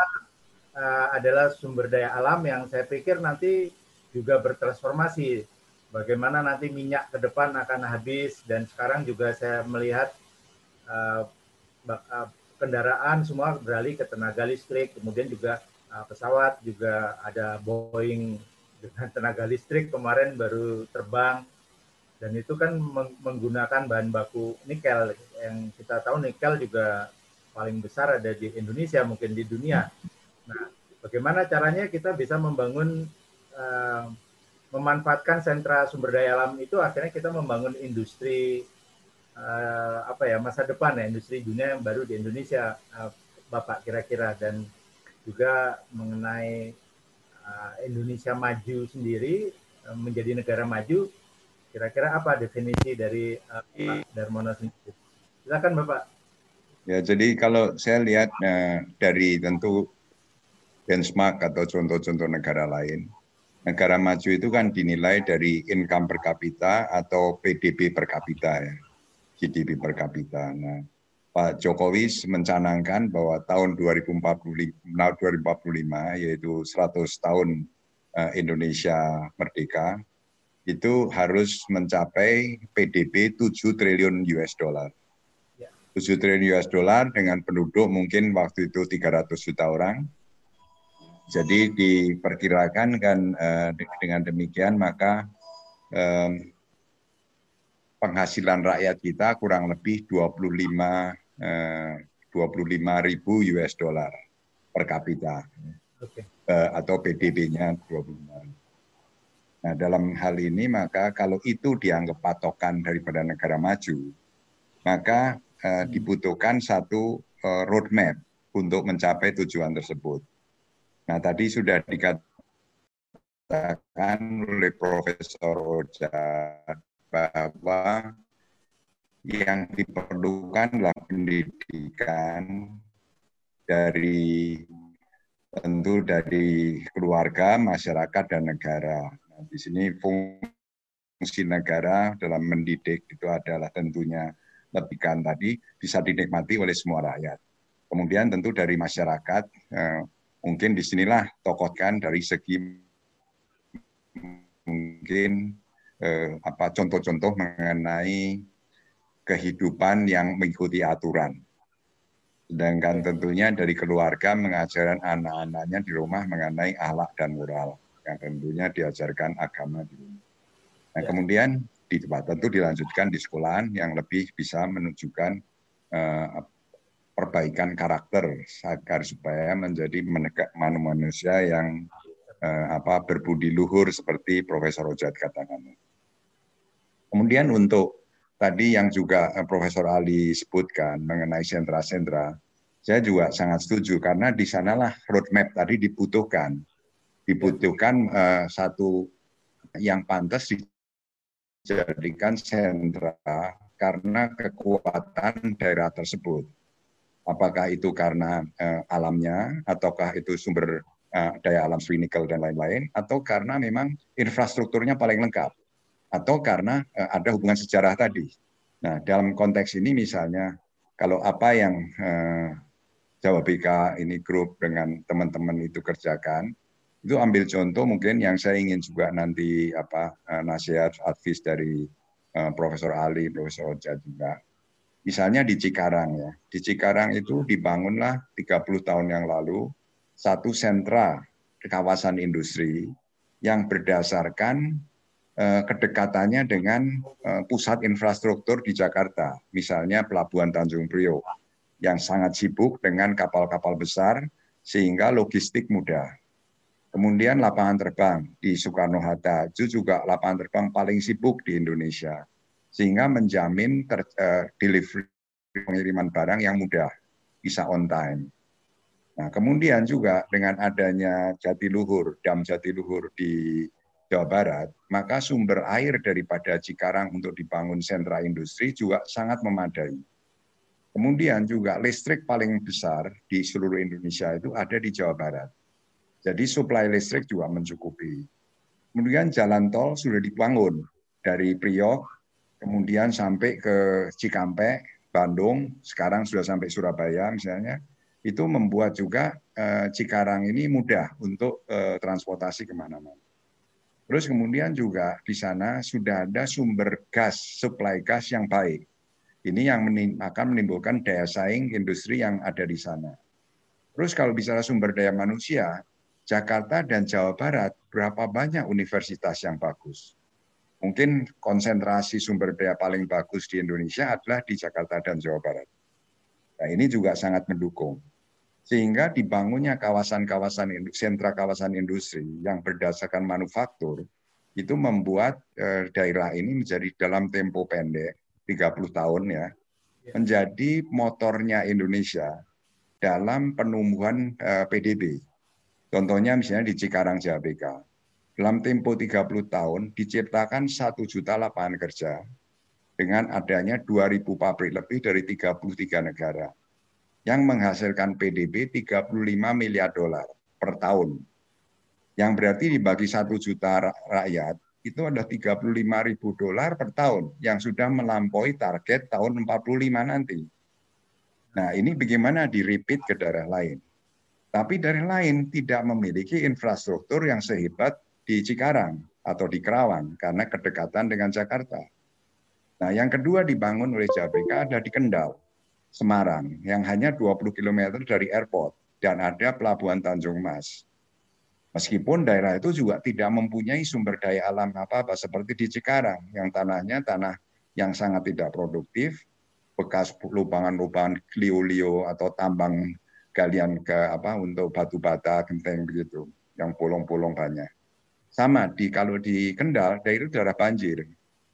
Uh, adalah sumber daya alam yang saya pikir nanti juga bertransformasi. Bagaimana nanti minyak ke depan akan habis, dan sekarang juga saya melihat uh, uh, kendaraan semua beralih ke tenaga listrik, kemudian juga uh, pesawat juga ada Boeing dengan tenaga listrik kemarin baru terbang, dan itu kan meng menggunakan bahan baku nikel, yang kita tahu nikel juga paling besar ada di Indonesia, mungkin di dunia. Nah, bagaimana caranya kita bisa membangun, uh, memanfaatkan sentra sumber daya alam itu, akhirnya kita membangun industri uh, apa ya masa depan ya, industri dunia yang baru di Indonesia, uh, Bapak kira-kira, dan juga mengenai uh, Indonesia maju sendiri, uh, menjadi negara maju, kira-kira apa definisi dari uh, Pak Darmono sendiri? Silakan Bapak. Ya, jadi kalau saya lihat uh, dari tentu benchmark atau contoh-contoh negara lain. Negara maju itu kan dinilai dari income per kapita atau P D B per kapita ya, G D P per kapita. Nah, Pak Jokowi mencanangkan bahwa tahun dua ribu empat puluh lima, yaitu seratus tahun Indonesia merdeka, itu harus mencapai P D B tujuh triliun U S dollar. tujuh triliun U S dollar dengan penduduk mungkin waktu itu tiga ratus juta orang. Jadi diperkirakan kan dengan demikian maka penghasilan rakyat kita kurang lebih dua puluh lima ribu U S dollar per kapita, okay. Atau P D B-nya dua puluh lima. Nah, dalam hal ini maka kalau itu dianggap patokan daripada negara maju, maka eh, dibutuhkan satu eh, roadmap untuk mencapai tujuan tersebut. Nah, tadi sudah dikatakan oleh Profesor Ojat bahwa yang diperlukan adalah pendidikan dari tentu dari keluarga, masyarakat, dan negara. Nah, di sini fungsi negara dalam mendidik itu adalah tentunya lebihkan tadi bisa dinikmati oleh semua rakyat. Kemudian tentu dari masyarakat, eh, mungkin disinilah tokohkan dari segi mungkin eh, apa contoh-contoh mengenai kehidupan yang mengikuti aturan. Sedangkan tentunya dari keluarga mengajarkan anak-anaknya di rumah mengenai akhlak dan moral, yang tentunya diajarkan agama di rumah. Nah, kemudian di tempat tentu dilanjutkan di sekolahan yang lebih bisa menunjukkan eh, perbaikan karakter agar supaya menjadi menegak manusia yang eh, apa berbudi luhur seperti Profesor Ojat katakan. Kemudian untuk tadi yang juga eh, Profesor Ali sebutkan mengenai sentra-sentra, saya juga sangat setuju karena di sanalah roadmap tadi dibutuhkan, dibutuhkan eh, satu yang pantas dijadikan sentra karena kekuatan daerah tersebut. Apakah itu karena uh, alamnya, ataukah itu sumber uh, daya alam seperti nikel dan lain-lain, atau karena memang infrastrukturnya paling lengkap, atau karena uh, ada hubungan sejarah tadi. Nah, dalam konteks ini misalnya, kalau apa yang uh, Jawa B K ini grup dengan teman-teman itu kerjakan, itu ambil contoh mungkin yang saya ingin juga nanti apa uh, nasihat, advis dari uh, Profesor Ali, Profesor Ojat juga. Misalnya di Cikarang ya, di Cikarang itu dibangunlah tiga puluh tahun yang lalu satu sentra kawasan industri yang berdasarkan eh, kedekatannya dengan eh, pusat infrastruktur di Jakarta, misalnya Pelabuhan Tanjung Priok yang sangat sibuk dengan kapal-kapal besar sehingga logistik mudah. Kemudian lapangan terbang di Soekarno-Hatta itu juga lapangan terbang paling sibuk di Indonesia, sehingga menjamin ter, uh, delivery pengiriman barang yang mudah, bisa on time. Nah, kemudian juga dengan adanya Jatiluhur, Dam Jatiluhur di Jawa Barat, maka sumber air daripada Cikarang untuk dibangun sentra industri juga sangat memadai. Kemudian juga listrik paling besar di seluruh Indonesia itu ada di Jawa Barat. Jadi suplai listrik juga mencukupi. Kemudian jalan tol sudah dibangun dari Priok, kemudian sampai ke Cikampek, Bandung, sekarang sudah sampai Surabaya misalnya, itu membuat juga eh, Cikarang ini mudah untuk eh, transportasi kemana-mana. Terus kemudian juga di sana sudah ada sumber gas, suplai gas yang baik. Ini yang menim akan menimbulkan daya saing industri yang ada di sana. Terus kalau bicara sumber daya manusia, Jakarta dan Jawa Barat, berapa banyak universitas yang bagus? Mungkin konsentrasi sumber daya paling bagus di Indonesia adalah di Jakarta dan Jawa Barat. Nah, ini juga sangat mendukung. Sehingga dibangunnya kawasan-kawasan sentra kawasan industri yang berdasarkan manufaktur, itu membuat eh, daerah ini menjadi dalam tempo pendek, tiga puluh tahun ya, menjadi motornya Indonesia dalam penumbuhan eh, P D B. Contohnya misalnya di Cikarang Jawa B K. Dalam tempo tiga puluh tahun diciptakan satu juta lapangan kerja dengan adanya dua ribu pabrik lebih dari tiga puluh tiga negara yang menghasilkan P D B tiga puluh lima miliar dolar per tahun. Yang berarti dibagi satu juta rakyat itu ada tiga puluh lima ribu dolar per tahun yang sudah melampaui target tahun empat puluh lima nanti. Nah, ini bagaimana di-repeat ke daerah lain. Tapi daerah lain tidak memiliki infrastruktur yang sehebat di Cikarang atau di Kerawang karena kedekatan dengan Jakarta. Nah, yang kedua dibangun oleh Jabeka ada di Kendal, Semarang, yang hanya dua puluh kilometer dari airport dan ada pelabuhan Tanjung Mas. Meskipun daerah itu juga tidak mempunyai sumber daya alam apa-apa seperti di Cikarang, yang tanahnya tanah yang sangat tidak produktif, bekas lubangan-lubangan lio-lio atau tambang galian ke apa untuk batu bata, genteng begitu, yang bolong-bolong banyak. Sama di kalau di Kendal, daerah itu daerah banjir,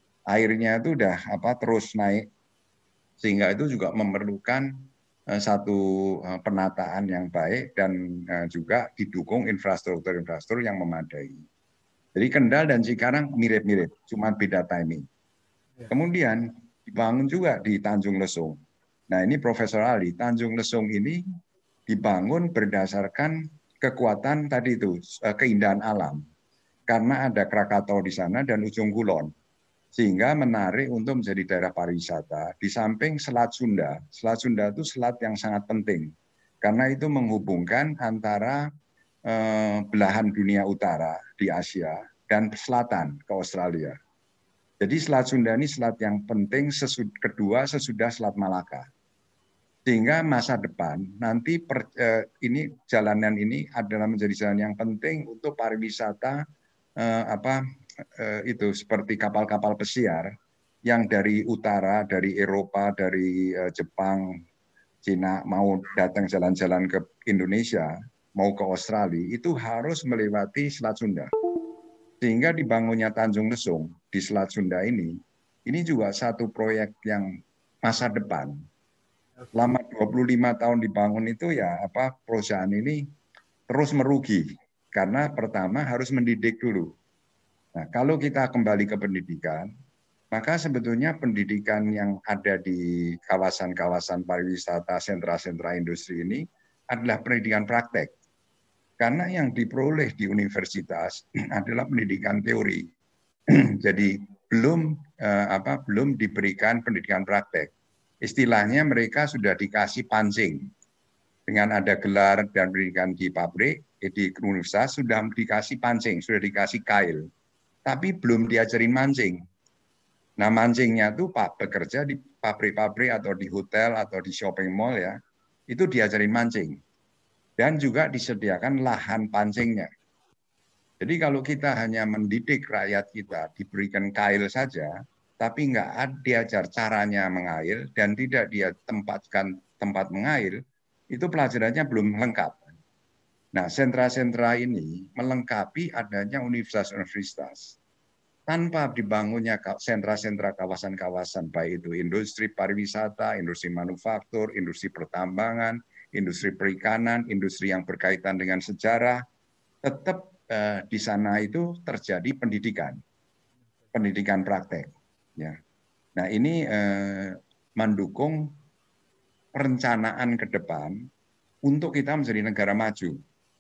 airnya itu udah apa terus naik, sehingga itu juga memerlukan uh, satu uh, penataan yang baik dan uh, juga didukung infrastruktur-infrastruktur yang memadai. Jadi Kendal dan Cikarang mirip-mirip, cuma beda timing. Kemudian dibangun juga di Tanjung Lesung. Nah ini Profesor Ali, Tanjung Lesung ini dibangun berdasarkan kekuatan tadi itu, keindahan alam. Karena ada Krakatau di sana dan Ujung Kulon. Sehingga menarik untuk menjadi daerah pariwisata. Di samping Selat Sunda, Selat Sunda itu selat yang sangat penting. Karena itu menghubungkan antara eh, belahan dunia utara di Asia dan selatan ke Australia. Jadi Selat Sunda ini selat yang penting, sesud, kedua sesudah Selat Malaka. Sehingga masa depan nanti per, eh, ini jalanan ini adalah menjadi jalan yang penting untuk pariwisata eh, apa eh, itu seperti kapal-kapal pesiar yang dari utara, dari Eropa, dari eh, Jepang, Cina mau datang jalan-jalan ke Indonesia, mau ke Australia, itu harus melewati Selat Sunda. Sehingga dibangunnya Tanjung Lesung di Selat Sunda ini, ini juga satu proyek yang masa depan. Selama dua puluh lima tahun dibangun itu ya apa perusahaan ini terus merugi karena pertama harus mendidik dulu. Nah, kalau kita kembali ke pendidikan, maka sebetulnya pendidikan yang ada di kawasan-kawasan pariwisata, sentra-sentra industri ini adalah pendidikan praktek. Karena yang diperoleh di universitas adalah pendidikan teori. Jadi belum eh, apa belum diberikan pendidikan praktek. Istilahnya mereka sudah dikasih pancing. Dengan ada gelar dan pendidikan di pabrik, eh, di universitas sudah dikasih pancing, sudah dikasih kail. Tapi belum diajarin mancing. Nah, mancingnya tuh Pak bekerja di pabrik-pabrik atau di hotel atau di shopping mall ya. Itu diajarin mancing. Dan juga disediakan lahan pancingnya. Jadi kalau kita hanya mendidik rakyat kita, diberikan kail saja, tapi nggak diajar caranya mengail dan tidak dia tempatkan tempat mengail, itu pelajarannya belum lengkap. Nah, sentra-sentra ini melengkapi adanya universitas-universitas. Tanpa dibangunnya sentra-sentra kawasan-kawasan, baik itu industri pariwisata, industri manufaktur, industri pertambangan, industri perikanan, industri yang berkaitan dengan sejarah, tetap eh, di sana itu terjadi pendidikan, pendidikan praktek. Ya. Nah ini eh, mendukung perencanaan ke depan untuk kita menjadi negara maju.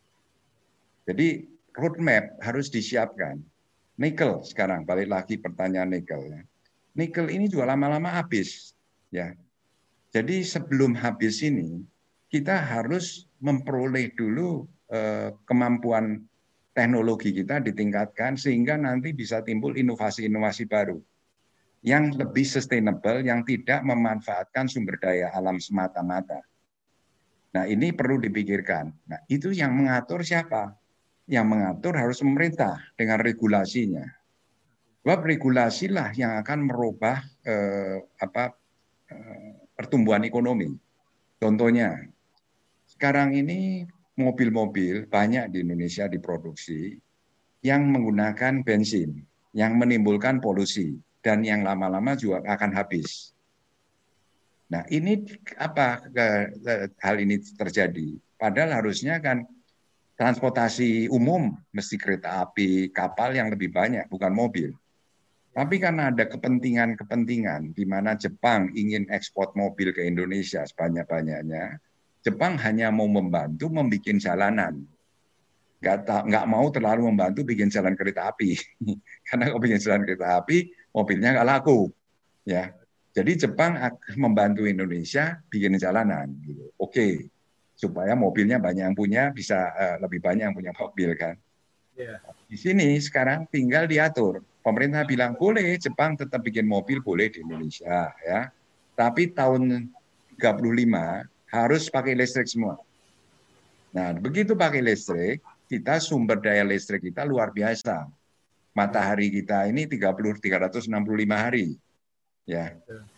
Jadi roadmap harus disiapkan. Nikel sekarang balik lagi pertanyaan nikel. Ya. Nikel ini juga lama-lama habis. Ya. Jadi sebelum habis ini kita harus memperoleh dulu eh, kemampuan teknologi kita ditingkatkan sehingga nanti bisa timbul inovasi-inovasi baru yang lebih sustainable, yang tidak memanfaatkan sumber daya alam semata-mata. Nah ini perlu dipikirkan. Nah itu yang mengatur siapa? Yang mengatur harus pemerintah dengan regulasinya. Sebab regulasilah yang akan merubah eh, apa eh, pertumbuhan ekonomi. Contohnya, sekarang ini mobil-mobil banyak di Indonesia diproduksi yang menggunakan bensin, yang menimbulkan polusi, dan yang lama-lama juga akan habis. Nah ini apa hal ini terjadi? Padahal harusnya kan transportasi umum mesti kereta api, kapal yang lebih banyak, bukan mobil. Tapi karena ada kepentingan-kepentingan di mana Jepang ingin ekspor mobil ke Indonesia sebanyak-banyaknya, Jepang hanya mau membantu membuat jalanan. Nggak, nggak mau terlalu membantu bikin jalan kereta api. Karena kalau bikin jalan kereta api, mobilnya nggak laku. Ya. Jadi Jepang akan membantu Indonesia bikin jalanan, gitu. Oke, supaya mobilnya banyak yang punya, bisa uh, lebih banyak yang punya mobil kan. Yeah. Di sini sekarang tinggal diatur. Pemerintah bilang boleh Jepang tetap bikin mobil, boleh di Indonesia ya. Tapi tahun tiga puluh lima harus pakai listrik semua. Nah, begitu pakai listrik, kita sumber daya listrik kita luar biasa. Matahari kita ini tiga puluh tiga ratus enam puluh lima hari. Ya.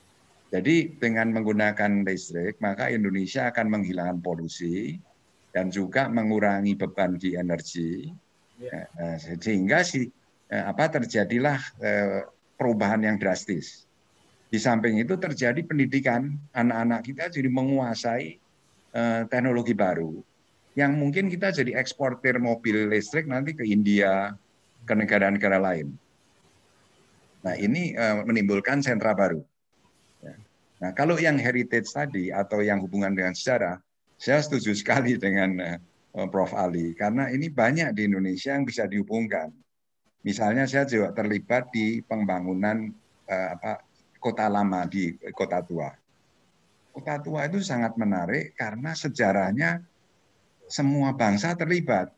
Jadi dengan menggunakan listrik, maka Indonesia akan menghilangkan polusi dan juga mengurangi beban di energi. Ya. Sehingga si apa terjadilah eh, perubahan yang drastis. Di samping itu terjadi pendidikan, anak-anak kita jadi menguasai eh, teknologi baru yang mungkin kita jadi eksportir mobil listrik nanti ke India, ke negara-negara lain. Nah, ini uh, menimbulkan sentra baru. Ya. Nah, kalau yang heritage tadi atau yang hubungan dengan sejarah, saya setuju sekali dengan uh, Prof Ali karena ini banyak di Indonesia yang bisa dihubungkan. Misalnya saya juga terlibat di pembangunan uh, apa kota lama di Kota Tua. Kota Tua itu sangat menarik karena sejarahnya semua bangsa terlibat.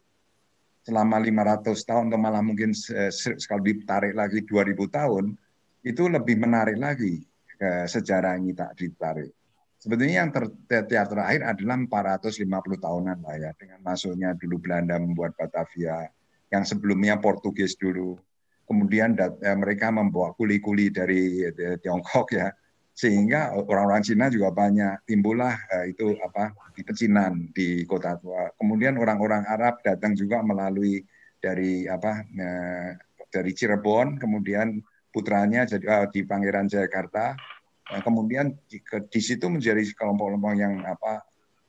Selama lima ratus tahun atau malah mungkin kalau ditarik lagi dua ribu tahun, itu lebih menarik lagi ke sejarah ini tak ditarik. Sebetulnya yang ter, ter, terakhir adalah empat ratus lima puluh tahunan lah ya, dengan masuknya dulu Belanda membuat Batavia, yang sebelumnya Portugis dulu. Kemudian dat, eh, mereka membawa kuli-kuli dari eh, Tiongkok ya, sehingga orang-orang Cina juga banyak, timbullah eh, itu apa di pecinan di Kota Tua. Kemudian orang-orang Arab datang juga melalui dari apa eh, dari Cirebon, kemudian putranya jadi eh, di Pangeran Jayakarta. Nah, kemudian di, ke, di situ menjadi kelompok-kelompok yang apa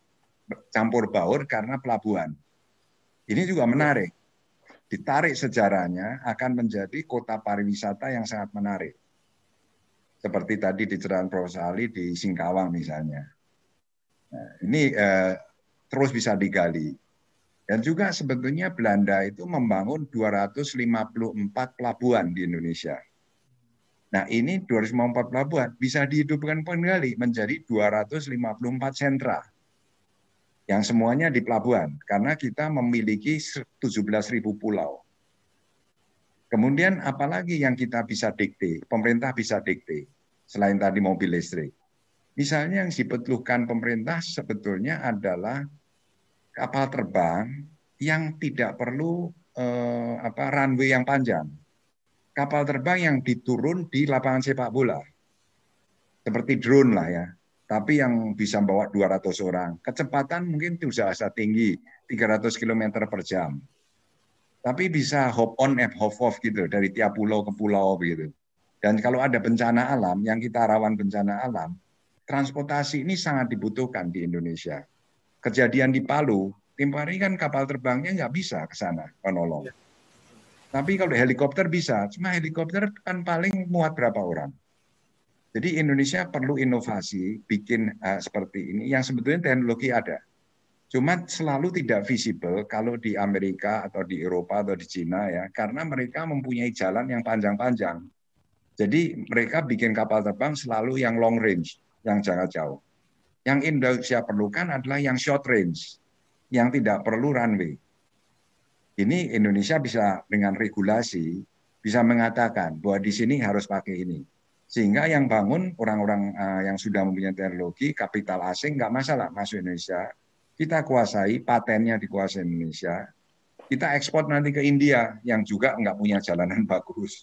campur baur karena pelabuhan. Ini juga menarik. Ditarik sejarahnya akan menjadi kota pariwisata yang sangat menarik. Seperti tadi diceritain Profesor Ali di Singkawang misalnya. Nah, ini eh, terus bisa digali. Dan juga sebetulnya Belanda itu membangun dua ratus lima puluh empat pelabuhan di Indonesia. Nah ini dua ratus lima puluh empat pelabuhan bisa dihidupkan kembali menjadi dua ratus lima puluh empat sentra. Yang semuanya di pelabuhan. Karena kita memiliki tujuh belas ribu pulau. Kemudian apalagi yang kita bisa dikte, pemerintah bisa dikte, selain tadi mobil listrik. Misalnya yang dibutuhkan pemerintah sebetulnya adalah kapal terbang yang tidak perlu eh, apa, runway yang panjang. Kapal terbang yang diturun di lapangan sepak bola. Seperti drone lah ya, tapi yang bisa bawa dua ratus orang. Kecepatan mungkin tidak usah tinggi, tiga ratus kilometer per jam. Tapi bisa hop on and hop off gitu dari tiap pulau ke pulau begitu. Dan kalau ada bencana alam yang kita rawan bencana alam, transportasi ini sangat dibutuhkan di Indonesia. Kejadian di Palu, tempo hari kan kapal terbangnya nggak bisa ke sana menolong. Tapi kalau helikopter bisa, cuma helikopter kan paling muat berapa orang. Jadi Indonesia perlu inovasi, bikin uh, seperti ini yang sebetulnya teknologi ada. Cuma selalu tidak visible kalau di Amerika atau di Eropa atau di Cina ya, karena mereka mempunyai jalan yang panjang-panjang. Jadi mereka bikin kapal terbang selalu yang long range, yang jarak jauh. Yang Indonesia perlukan adalah yang short range, yang tidak perlu runway. Ini Indonesia bisa dengan regulasi bisa mengatakan bahwa di sini harus pakai ini. Sehingga yang bangun orang-orang uh, yang sudah mempunyai teknologi, kapital asing nggak masalah masuk Indonesia. Kita kuasai, patennya dikuasai Indonesia. Kita ekspor nanti ke India yang juga nggak punya jalanan bagus.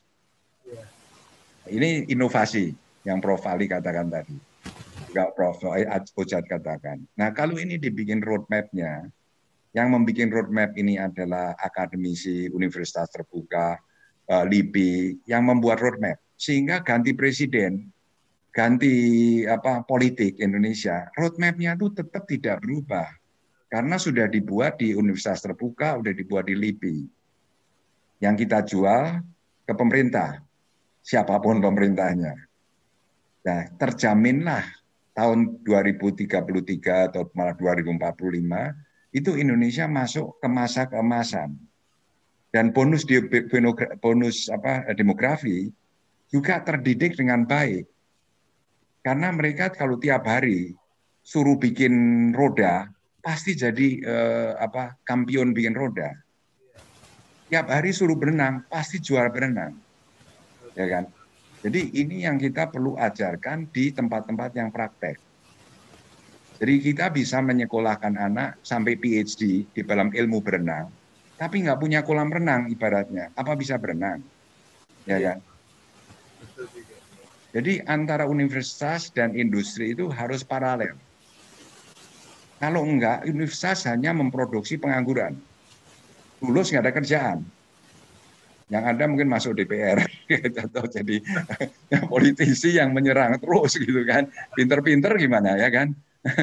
Ini inovasi yang Prof Ali katakan tadi. Juga Prof Ojat katakan. Nah kalau ini dibikin roadmap-nya, yang membuat roadmap ini adalah akademisi, universitas terbuka, L I P I, yang membuat roadmap. Sehingga ganti presiden, ganti apa politik Indonesia, roadmap-nya itu tetap tidak berubah. Karena sudah dibuat di universitas terbuka, sudah dibuat di L I P I. Yang kita jual ke pemerintah, siapapun pemerintahnya. Nah, terjaminlah tahun dua ribu tiga puluh tiga atau malah dua ribu empat puluh lima, itu Indonesia masuk ke masa keemasan. Dan bonus, bonus apa, demografi juga terdidik dengan baik. Karena mereka kalau tiap hari suruh bikin roda, pasti jadi eh, apa kampion bikin roda. Tiap hari suruh berenang, pasti juara berenang. Ya kan? Jadi ini yang kita perlu ajarkan di tempat-tempat yang praktek. Jadi kita bisa menyekolahkan anak sampai P H D di dalam ilmu berenang, tapi nggak punya kolam renang ibaratnya. Apa bisa berenang? Ya kan? Jadi antara universitas dan industri itu harus paralel. Kalau enggak, universitas hanya memproduksi pengangguran. Lulus nggak ada kerjaan. Yang ada mungkin masuk D P R atau jadi politisi yang menyerang terus gitu kan. Pinter-pinter gimana ya kan?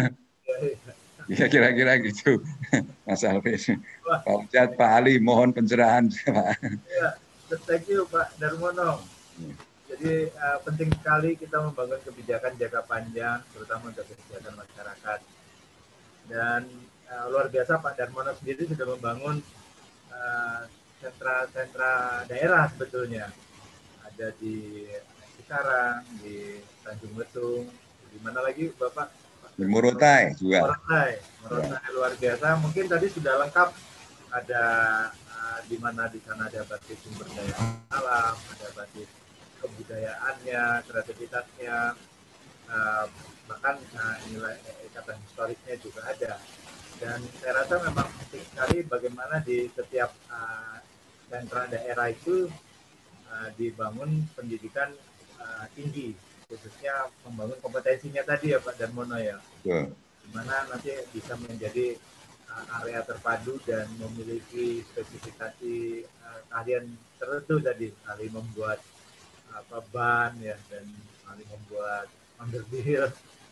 Ya kira-kira gitu, Mas Alvin. Pak Ujat, Pak Ali, mohon pencerahan, Pak. Ya, thank you Pak Darmono. Jadi uh, penting sekali kita membangun kebijakan jangka panjang, terutama untuk kesehatan masyarakat. Dan uh, luar biasa Pak Darmono sendiri sudah membangun sentra-sentra uh, daerah sebetulnya. Ada di Cikarang, di Tanjung Lesung, di mana lagi Bapak? Di Morotai juga. Morotai, Morotai ya. Luar biasa. Mungkin tadi sudah lengkap. Ada uh, di mana di sana ada basis sumber daya alam, ada basis kebudayaannya, kreativitasnya, uh, bahkan uh, nilai ikatan historisnya juga ada. Dan saya rasa memang penting sekali bagaimana di setiap uh, sentra daerah itu uh, dibangun pendidikan uh, tinggi, khususnya membangun kompetensinya tadi ya Pak Darmono ya. Betul. Di mana nanti bisa menjadi uh, area terpadu dan memiliki spesifikasi uh, keahlian tertentu tadi, ahli membuat apa ban ya dan ahli membuat underbill.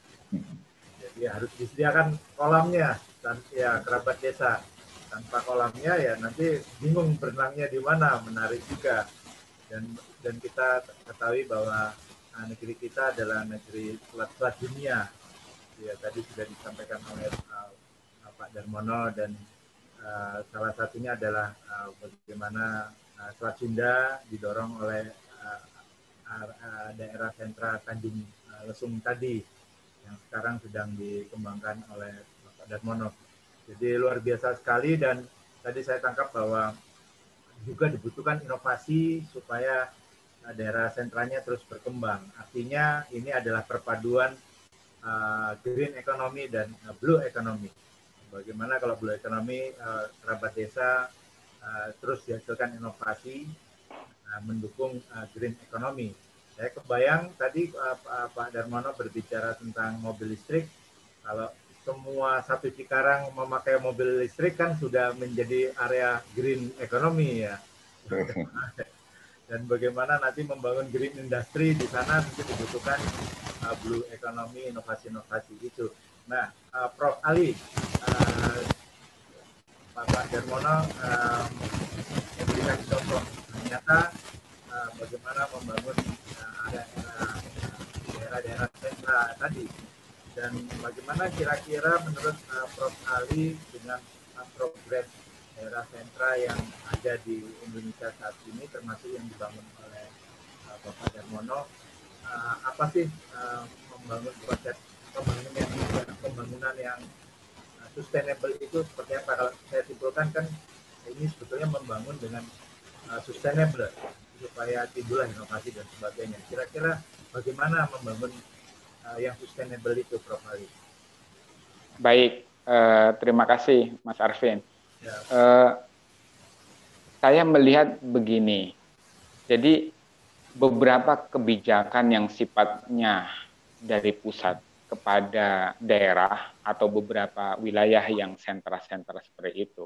Jadi harus disediakan kolamnya dan ya kerabat desa. Tanpa kolamnya ya nanti bingung berenangnya di mana, menarik juga. Dan dan kita ketahui bahwa uh, negeri kita adalah negeri selat-selat dunia. Ya tadi sudah disampaikan oleh uh, Pak Darmono dan uh, salah satunya adalah uh, bagaimana uh, Selat Sunda didorong oleh uh, daerah sentra Tanjung Lesung tadi yang sekarang sedang dikembangkan oleh Bapak Darmono. Jadi luar biasa sekali dan tadi saya tangkap bahwa juga dibutuhkan inovasi supaya daerah sentranya terus berkembang. Artinya ini adalah perpaduan uh, green economy dan uh, blue economy. Bagaimana kalau blue economy uh, kerabat desa uh, terus dihasilkan inovasi mendukung uh, green economy. Saya kebayang tadi uh, Pak Darmono berbicara tentang mobil listrik. Kalau semua satu Cikarang memakai mobil listrik kan sudah menjadi area green economy ya. Dan bagaimana nanti membangun green industry di sana tentu dibutuhkan uh, blue economy, inovasi-inovasi itu. Nah, uh, Prof Ali, uh, Pak Darmono uh, memberikan contoh. Ternyata uh, bagaimana membangun daerah-daerah uh, sentra tadi dan bagaimana kira-kira menurut uh, Prof Ali dengan uh, progres daerah sentra yang ada di Indonesia saat ini termasuk yang dibangun oleh uh, Bapak Darmono, uh, apa sih uh, membangun konsep pembangunan yang pembangunan yang uh, sustainable itu seperti apa? Kalau saya simpulkan kan ini sebetulnya membangun dengan Uh, sustainable supaya timbullah inovasi dan sebagainya. Kira-kira bagaimana membangun uh, yang sustainable itu, Prof Ali? Baik, uh, terima kasih Mas Arvin. Ya. Uh, saya melihat begini, jadi beberapa kebijakan yang sifatnya dari pusat kepada daerah atau beberapa wilayah yang sentra-sentra seperti itu,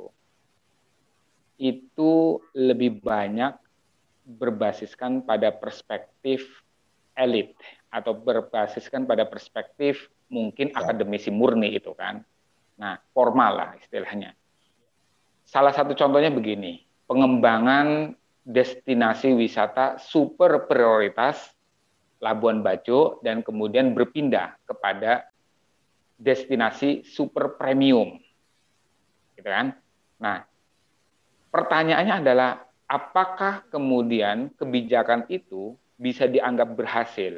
itu lebih banyak berbasiskan pada perspektif elit atau berbasiskan pada perspektif mungkin akademisi murni itu kan. Nah, formal lah istilahnya. Salah satu contohnya begini, pengembangan destinasi wisata super prioritas Labuan Bajo dan kemudian berpindah kepada destinasi super premium. Gitu kan? Nah, pertanyaannya adalah apakah kemudian kebijakan itu bisa dianggap berhasil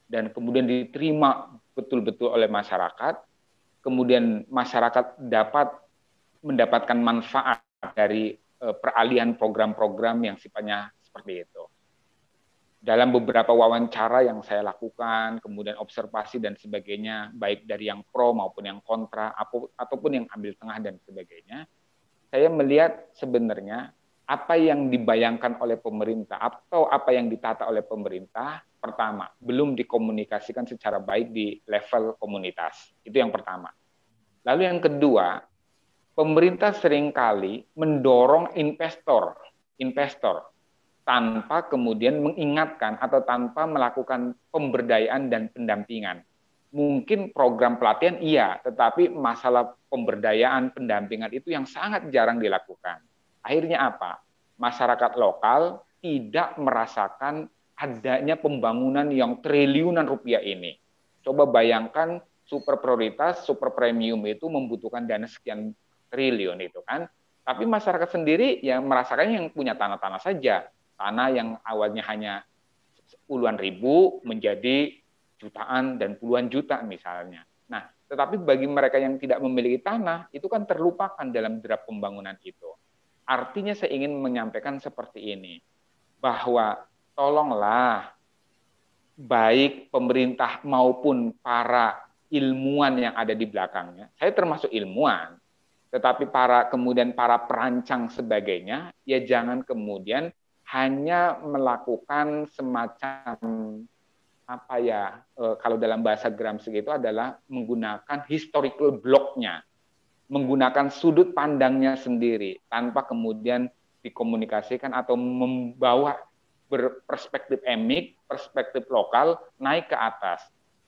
dan kemudian diterima betul-betul oleh masyarakat, kemudian masyarakat dapat mendapatkan manfaat dari uh, peralihan program-program yang sifatnya seperti itu. Dalam beberapa wawancara yang saya lakukan, kemudian observasi dan sebagainya, baik dari yang pro maupun yang kontra, ataupun yang ambil tengah dan sebagainya, saya melihat sebenarnya apa yang dibayangkan oleh pemerintah atau apa yang ditata oleh pemerintah, pertama, belum dikomunikasikan secara baik di level komunitas. Itu yang pertama. Lalu yang kedua, pemerintah seringkali mendorong investor, investor, tanpa kemudian mengingatkan atau tanpa melakukan pemberdayaan dan pendampingan. Mungkin program pelatihan iya, tetapi masalah pemberdayaan, pendampingan itu yang sangat jarang dilakukan. Akhirnya apa? Masyarakat lokal tidak merasakan adanya pembangunan yang triliunan rupiah ini. Coba bayangkan super prioritas, super premium itu membutuhkan dana sekian triliun itu kan. Tapi masyarakat sendiri yang merasakannya yang punya tanah-tanah saja. Tanah yang awalnya hanya puluhan ribu menjadi jutaan dan puluhan juta misalnya. Nah, tetapi bagi mereka yang tidak memiliki tanah, itu kan terlupakan dalam draft pembangunan itu. Artinya saya ingin menyampaikan seperti ini, bahwa tolonglah baik pemerintah maupun para ilmuwan yang ada di belakangnya, saya termasuk ilmuwan, tetapi para kemudian para perancang sebagainya, ya jangan kemudian hanya melakukan semacam apa ya, e, kalau dalam bahasa Gramsci itu adalah menggunakan historical block-nya, menggunakan sudut pandangnya sendiri, tanpa kemudian dikomunikasikan atau membawa berperspektif emik, perspektif lokal, naik ke atas.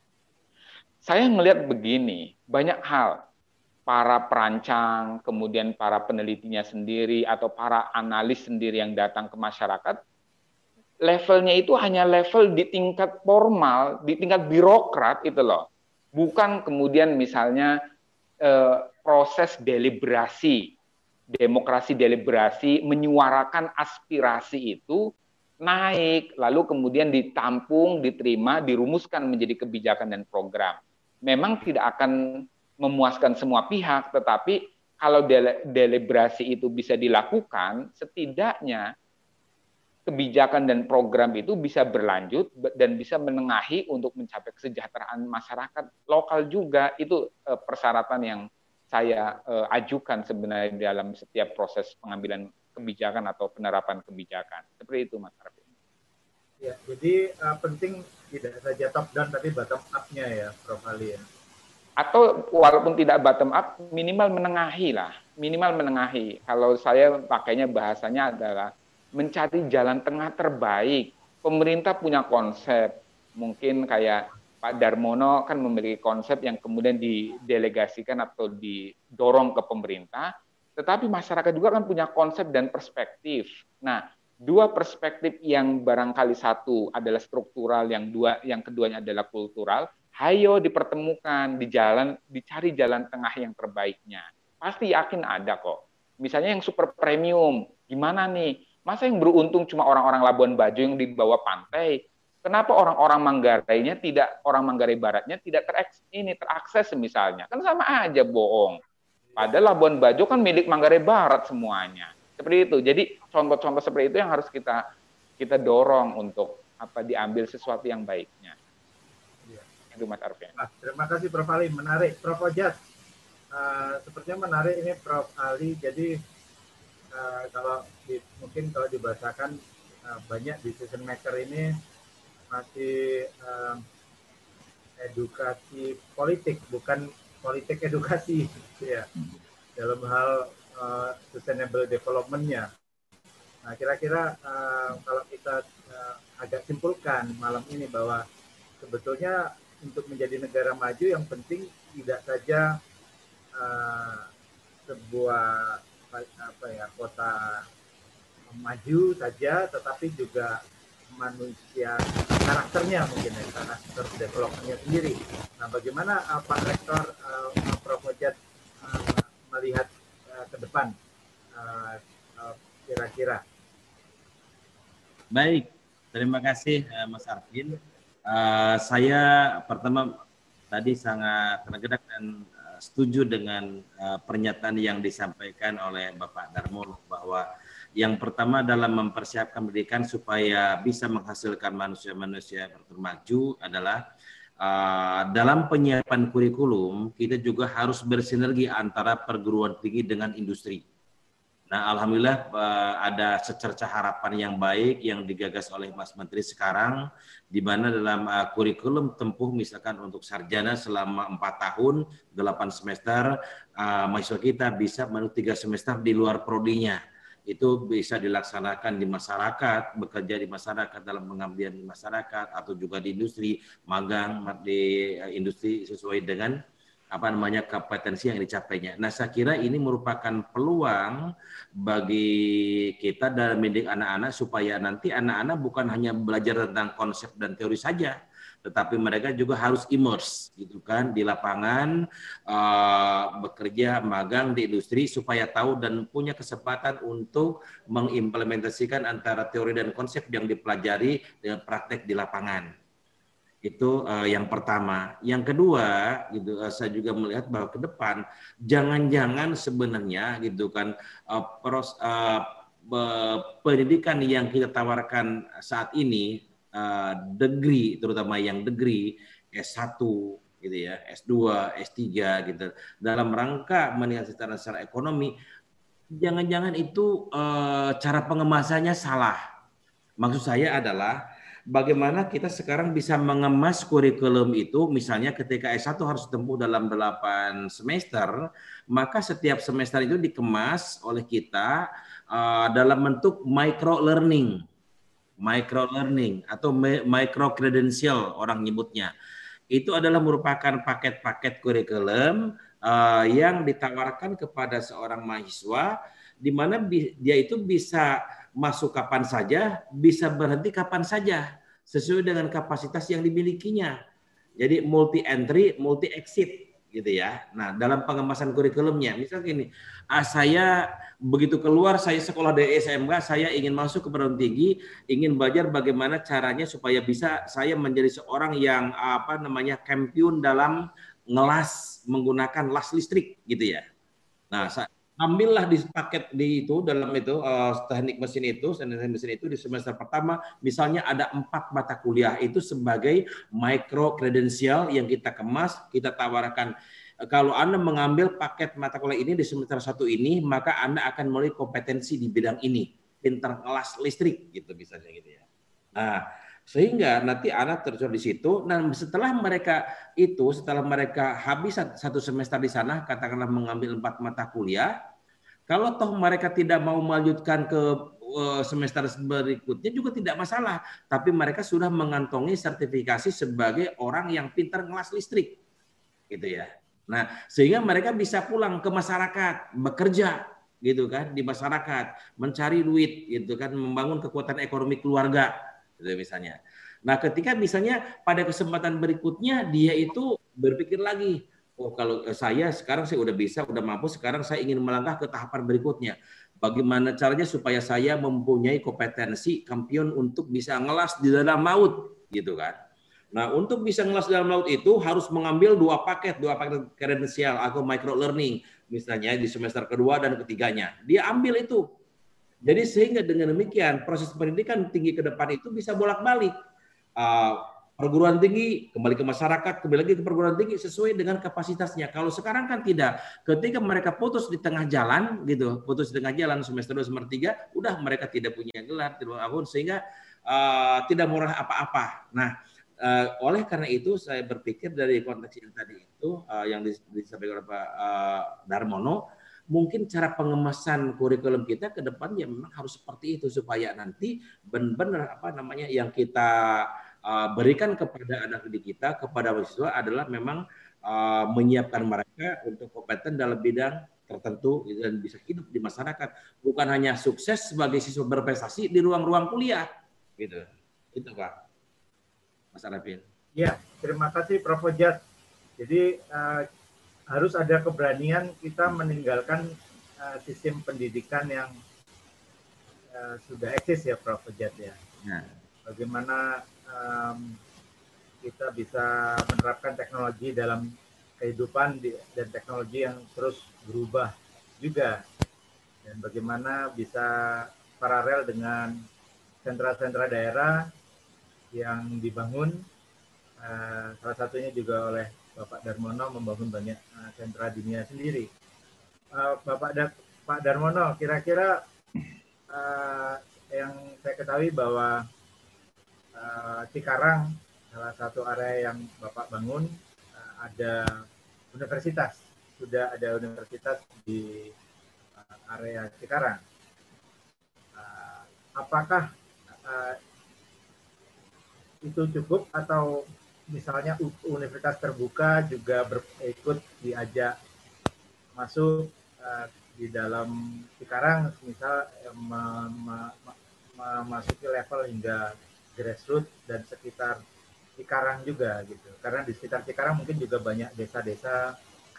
Saya melihat begini, banyak hal, para perancang, kemudian para penelitinya sendiri, atau para analis sendiri yang datang ke masyarakat, levelnya itu hanya level di tingkat formal, di tingkat birokrat itu loh. Bukan kemudian misalnya eh, proses deliberasi, demokrasi deliberasi, menyuarakan aspirasi itu naik, lalu kemudian ditampung, diterima, dirumuskan menjadi kebijakan dan program. Memang tidak akan memuaskan semua pihak, tetapi kalau dele deliberasi itu bisa dilakukan, setidaknya kebijakan dan program itu bisa berlanjut dan bisa menengahi untuk mencapai kesejahteraan masyarakat lokal juga. Itu eh, persyaratan yang saya eh, ajukan sebenarnya dalam setiap proses pengambilan kebijakan atau penerapan kebijakan. Seperti itu, Mas Arvin. Ya, jadi uh, penting tidak saja top down tapi bottom up-nya ya, Prof Ali ya. Atau walaupun tidak bottom up, minimal menengahi lah, minimal menengahi. Kalau saya pakainya bahasanya adalah mencari jalan tengah terbaik. Pemerintah punya konsep, mungkin kayak Pak Darmono kan memiliki konsep yang kemudian didelegasikan atau didorong ke pemerintah, tetapi masyarakat juga kan punya konsep dan perspektif. Nah, dua perspektif yang barangkali satu adalah struktural, yang dua, yang keduanya adalah kultural. Hayo dipertemukan, di jalan, dicari jalan tengah yang terbaiknya. Pasti yakin ada kok. Misalnya yang super premium, gimana nih? Masa yang beruntung cuma orang-orang Labuan Bajo yang di bawah pantai? Kenapa orang-orang Manggarainya tidak, orang Manggarai Baratnya tidak terakses, ini terakses misalnya? Kan sama aja bohong. Padahal Labuan Bajo kan milik Manggarai Barat semuanya. Seperti itu. Jadi contoh-contoh seperti itu yang harus kita kita dorong untuk apa diambil sesuatu yang baiknya. Itu Mas Arvin. Ah, terima kasih Prof Ali, menarik. Prof Ojat, uh, sepertinya menarik ini Prof Ali. Jadi uh, kalau di, mungkin kalau dibahasakan uh, banyak decision maker ini masih uh, edukasi politik, bukan politik edukasi, ya, dalam hal uh, sustainable development-nya. Nah, kira-kira uh, kalau kita uh, agak simpulkan malam ini bahwa sebetulnya untuk menjadi negara maju yang penting tidak saja uh, sebuah apa ya kota maju saja, tetapi juga manusia karakternya mungkin ya, karakter developmentnya sendiri. Nah, bagaimana uh, Pak Rektor uh, Prof Ojat uh, melihat uh, ke depan uh, uh, kira-kira? Baik, terima kasih Mas Arvin. Uh, saya pertama tadi sangat tergerak dan uh, setuju dengan uh, pernyataan yang disampaikan oleh Bapak Darmono bahwa yang pertama dalam mempersiapkan pendidikan supaya bisa menghasilkan manusia-manusia bermaju adalah uh, dalam penyiapan kurikulum kita juga harus bersinergi antara perguruan tinggi dengan industri. Nah, alhamdulillah uh, ada secercah harapan yang baik yang digagas oleh Mas Menteri sekarang, di mana dalam uh, kurikulum tempuh misalkan untuk sarjana selama empat tahun, delapan semester, uh, mahasiswa kita bisa menuju tiga semester di luar prodinya. Itu bisa dilaksanakan di masyarakat, bekerja di masyarakat dalam pengabdian di masyarakat, atau juga di industri, magang di uh, industri sesuai dengan apa namanya kompetensi yang dicapainya. Nah, saya kira ini merupakan peluang bagi kita dalam mendidik anak-anak supaya nanti anak-anak bukan hanya belajar tentang konsep dan teori saja, tetapi mereka juga harus immerse gitu kan di lapangan, uh, bekerja magang di industri supaya tahu dan punya kesempatan untuk mengimplementasikan antara teori dan konsep yang dipelajari dengan praktek di lapangan. Itu uh, yang pertama. Yang kedua, gitu, uh, saya juga melihat bahwa ke depan jangan-jangan sebenarnya gitu kan uh, pros, uh, pendidikan yang kita tawarkan saat ini, uh, degree terutama yang degree S satu gitu ya, S dua, S tiga gitu, dalam rangka meningkatkan secara ekonomi, jangan-jangan itu uh, cara pengemasannya salah. Maksud saya adalah bagaimana kita sekarang bisa mengemas kurikulum itu, misalnya ketika S satu harus ditempuh dalam delapan semester, maka setiap semester itu dikemas oleh kita uh, dalam bentuk micro learning, micro learning atau micro credential orang nyebutnya. Itu adalah merupakan paket-paket kurikulum uh, yang ditawarkan kepada seorang mahasiswa, di mana dia itu bisa masuk kapan saja, bisa berhenti kapan saja, sesuai dengan kapasitas yang dimilikinya. Jadi multi entry, multi exit gitu ya. Nah, dalam pengemasan kurikulumnya, misalnya gini, ah, saya begitu keluar, saya sekolah dari S M K, saya ingin masuk ke perguruan tinggi, ingin belajar bagaimana caranya supaya bisa saya menjadi seorang yang apa namanya champion dalam ngelas menggunakan las listrik gitu ya. Nah, ambillah di paket di itu dalam itu uh, teknik mesin itu, teknik mesin itu di semester pertama misalnya ada empat mata kuliah itu sebagai micro credential yang kita kemas, kita tawarkan. Kalau Anda mengambil paket mata kuliah ini di semester satu ini, maka Anda akan memiliki kompetensi di bidang ini, pintar kelas listrik gitu misalnya gitu ya. Nah, sehingga nanti anak terjun di situ, dan setelah mereka itu, setelah mereka habis satu semester di sana, katakanlah mengambil empat mata kuliah, kalau toh mereka tidak mau melanjutkan ke semester berikutnya juga tidak masalah, tapi mereka sudah mengantongi sertifikasi sebagai orang yang pintar ngelas listrik, gitu ya. Nah, sehingga mereka bisa pulang ke masyarakat, bekerja, gitu kan, di masyarakat, mencari duit, gitu kan, membangun kekuatan ekonomi keluarga, gitu misalnya. Nah, ketika misalnya pada kesempatan berikutnya dia itu berpikir lagi, oh kalau saya sekarang saya udah bisa, udah mampu, sekarang saya ingin melangkah ke tahapan berikutnya. Bagaimana caranya supaya saya mempunyai kompetensi kampion untuk bisa ngelas di dalam laut, gitu kan. Nah, untuk bisa ngelas di dalam laut itu harus mengambil dua paket, dua paket kredensial atau micro learning, misalnya di semester kedua dan ketiganya. Dia ambil itu. Jadi sehingga dengan demikian proses pendidikan tinggi ke depan itu bisa bolak-balik. Uh, perguruan tinggi kembali ke masyarakat, kembali lagi ke perguruan tinggi sesuai dengan kapasitasnya. Kalau sekarang kan tidak. Ketika mereka putus di tengah jalan, gitu, putus di tengah jalan semester dua, semester tiga, udah mereka tidak punya gelar, tidak tahun, sehingga uh, tidak murah apa-apa. Nah, Uh, oleh karena itu saya berpikir dari konteks yang tadi itu uh, yang disampaikan oleh Pak uh, Darmono, mungkin cara pengemasan kurikulum kita ke depan ya memang harus seperti itu supaya nanti benar-benar apa namanya yang kita uh, berikan kepada anak didik kita, kepada mahasiswa adalah memang uh, menyiapkan mereka untuk kompeten dalam bidang tertentu dan bisa hidup di masyarakat, bukan hanya sukses sebagai siswa berprestasi di ruang-ruang kuliah, gitu. Itu Pak. Mas Arifin. Ya, terima kasih Prof Ojat. Jadi uh, harus ada keberanian kita meninggalkan uh, sistem pendidikan yang uh, sudah eksis ya Prof Ojat ya. ya. Bagaimana um, kita bisa menerapkan teknologi dalam kehidupan dan teknologi yang terus berubah juga, dan bagaimana bisa paralel dengan sentra-sentra daerah yang dibangun, uh, salah satunya juga oleh Bapak Darmono membangun banyak uh, sentra dunia sendiri. Uh, Bapak da Pak Darmono, kira-kira uh, yang saya ketahui bahwa uh, Cikarang salah satu area yang Bapak bangun, uh, ada universitas, sudah ada universitas di uh, area Cikarang. Uh, apakah uh, itu cukup atau misalnya universitas terbuka juga berikut diajak masuk uh, di dalam Cikarang, misal memasuki level hingga grassroots dan sekitar Cikarang juga gitu, karena di sekitar Cikarang mungkin juga banyak desa-desa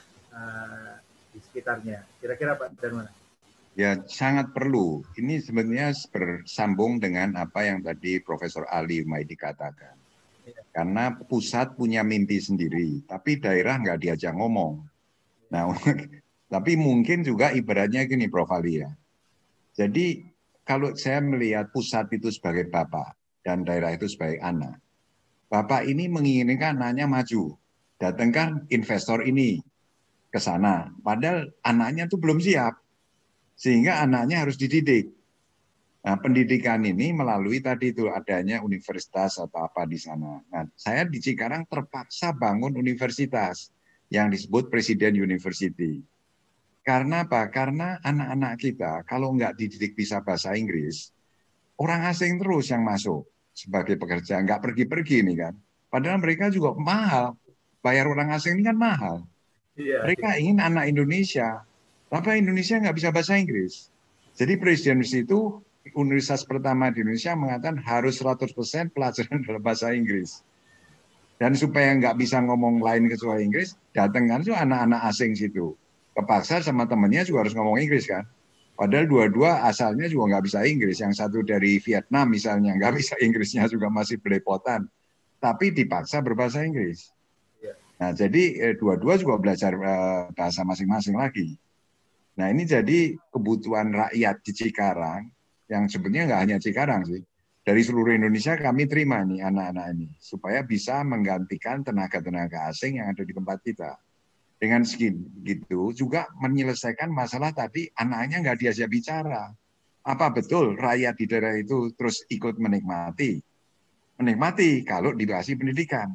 uh, di sekitarnya. Kira-kira Pak Darmono? Ya, sangat perlu. Ini sebenarnya bersambung dengan apa yang tadi Profesor Ali Humaydi katakan. Ya. Karena pusat punya mimpi sendiri, tapi daerah nggak diajak ngomong. Nah, tapi mungkin juga ibaratnya gini, Prof Ali ya. Jadi kalau saya melihat pusat itu sebagai bapak dan daerah itu sebagai anak, bapak ini menginginkan anaknya maju, datangkan investor ini ke sana, padahal anaknya tuh belum siap, sehingga anaknya harus dididik. Nah, pendidikan ini melalui tadi itu adanya universitas atau apa di sana. Nah, saya di Cikarang terpaksa bangun universitas yang disebut Presiden University. Karena apa? Karena anak-anak kita kalau nggak dididik bisa bahasa Inggris, orang asing terus yang masuk sebagai pekerja, nggak pergi-pergi nih kan. Padahal mereka juga mahal. Bayar orang asing ini kan mahal. Iya, mereka iya. ingin anak Indonesia, tapi Indonesia nggak bisa bahasa Inggris. Jadi Presiden itu universitas pertama di Indonesia mengatakan harus seratus persen pelajaran dalam bahasa Inggris. Dan supaya nggak bisa ngomong lain kecuali Inggris, datangkan tuh anak-anak asing situ. Kepaksa sama temennya juga harus ngomong Inggris kan. Padahal dua-dua asalnya juga nggak bisa Inggris. Yang satu dari Vietnam misalnya, nggak bisa Inggrisnya juga masih belepotan. Tapi dipaksa berbahasa Inggris. Nah, jadi dua-dua juga belajar bahasa masing-masing lagi. Nah, ini jadi kebutuhan rakyat di Cikarang, yang sebenarnya nggak hanya Cikarang sih. Dari seluruh Indonesia kami terima nih anak-anak ini. Supaya bisa menggantikan tenaga-tenaga asing yang ada di tempat kita. Dengan segitu juga menyelesaikan masalah tadi anaknya nggak diajak bicara. Apa betul rakyat di daerah itu terus ikut menikmati? Menikmati kalau dikasih pendidikan.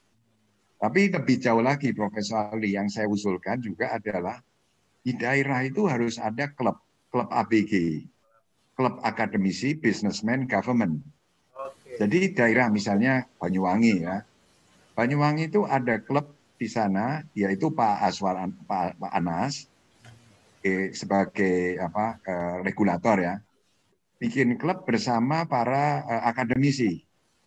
Tapi lebih jauh lagi Profesor Ali yang saya usulkan juga adalah di daerah itu harus ada klub, klub A B G, klub akademisi, businessman, government. Jadi daerah misalnya Banyuwangi ya, Banyuwangi itu ada klub di sana, yaitu Pak Aswar, Pak, Pak Anas eh, sebagai apa eh, regulator ya, bikin klub bersama para eh, akademisi,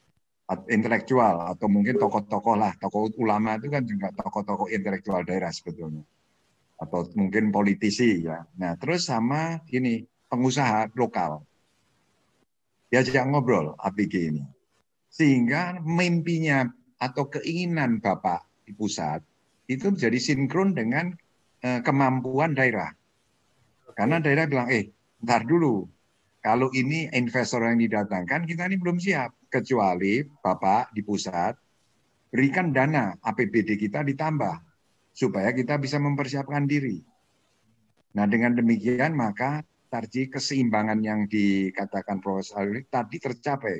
intelektual atau mungkin tokoh-tokoh lah, tokoh ulama itu kan juga tokoh-tokoh intelektual daerah sebetulnya, atau mungkin politisi ya. Nah terus sama ini pengusaha lokal, diajak ngobrol A B G ini, sehingga mimpinya atau keinginan Bapak di pusat itu menjadi sinkron dengan eh, kemampuan daerah. Karena daerah bilang, eh, ntar dulu, kalau ini investor yang didatangkan, kita ini belum siap. Kecuali Bapak di pusat, berikan dana A P B D kita ditambah, supaya kita bisa mempersiapkan diri. Nah, dengan demikian, maka tadi keseimbangan yang dikatakan Profesor Ali tadi tercapai.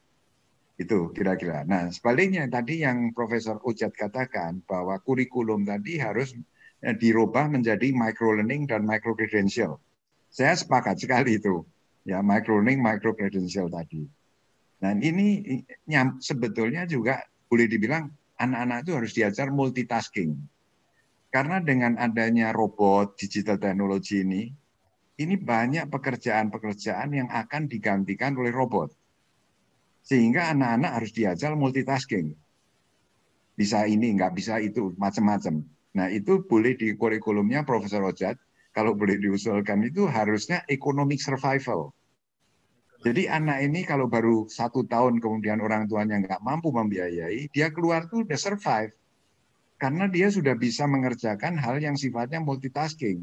Itu kira-kira. Nah, sebaliknya tadi yang Profesor Ujat katakan bahwa kurikulum tadi harus dirubah menjadi micro learning dan micro credential. Saya sepakat sekali itu. Ya, micro learning, micro credential tadi. Nah, ini sebetulnya juga boleh dibilang anak-anak itu harus diajar multitasking. Karena dengan adanya robot, digital technology ini, ini banyak pekerjaan-pekerjaan yang akan digantikan oleh robot. Sehingga anak-anak harus diajar multitasking. Bisa ini, nggak bisa itu, macam-macam. Nah, itu boleh di kurikulumnya Profesor Ojat, kalau boleh diusulkan itu harusnya economic survival. Jadi anak ini kalau baru satu tahun kemudian orang tuanya nggak mampu membiayai, dia keluar tuh udah survive. Karena dia sudah bisa mengerjakan hal yang sifatnya multitasking.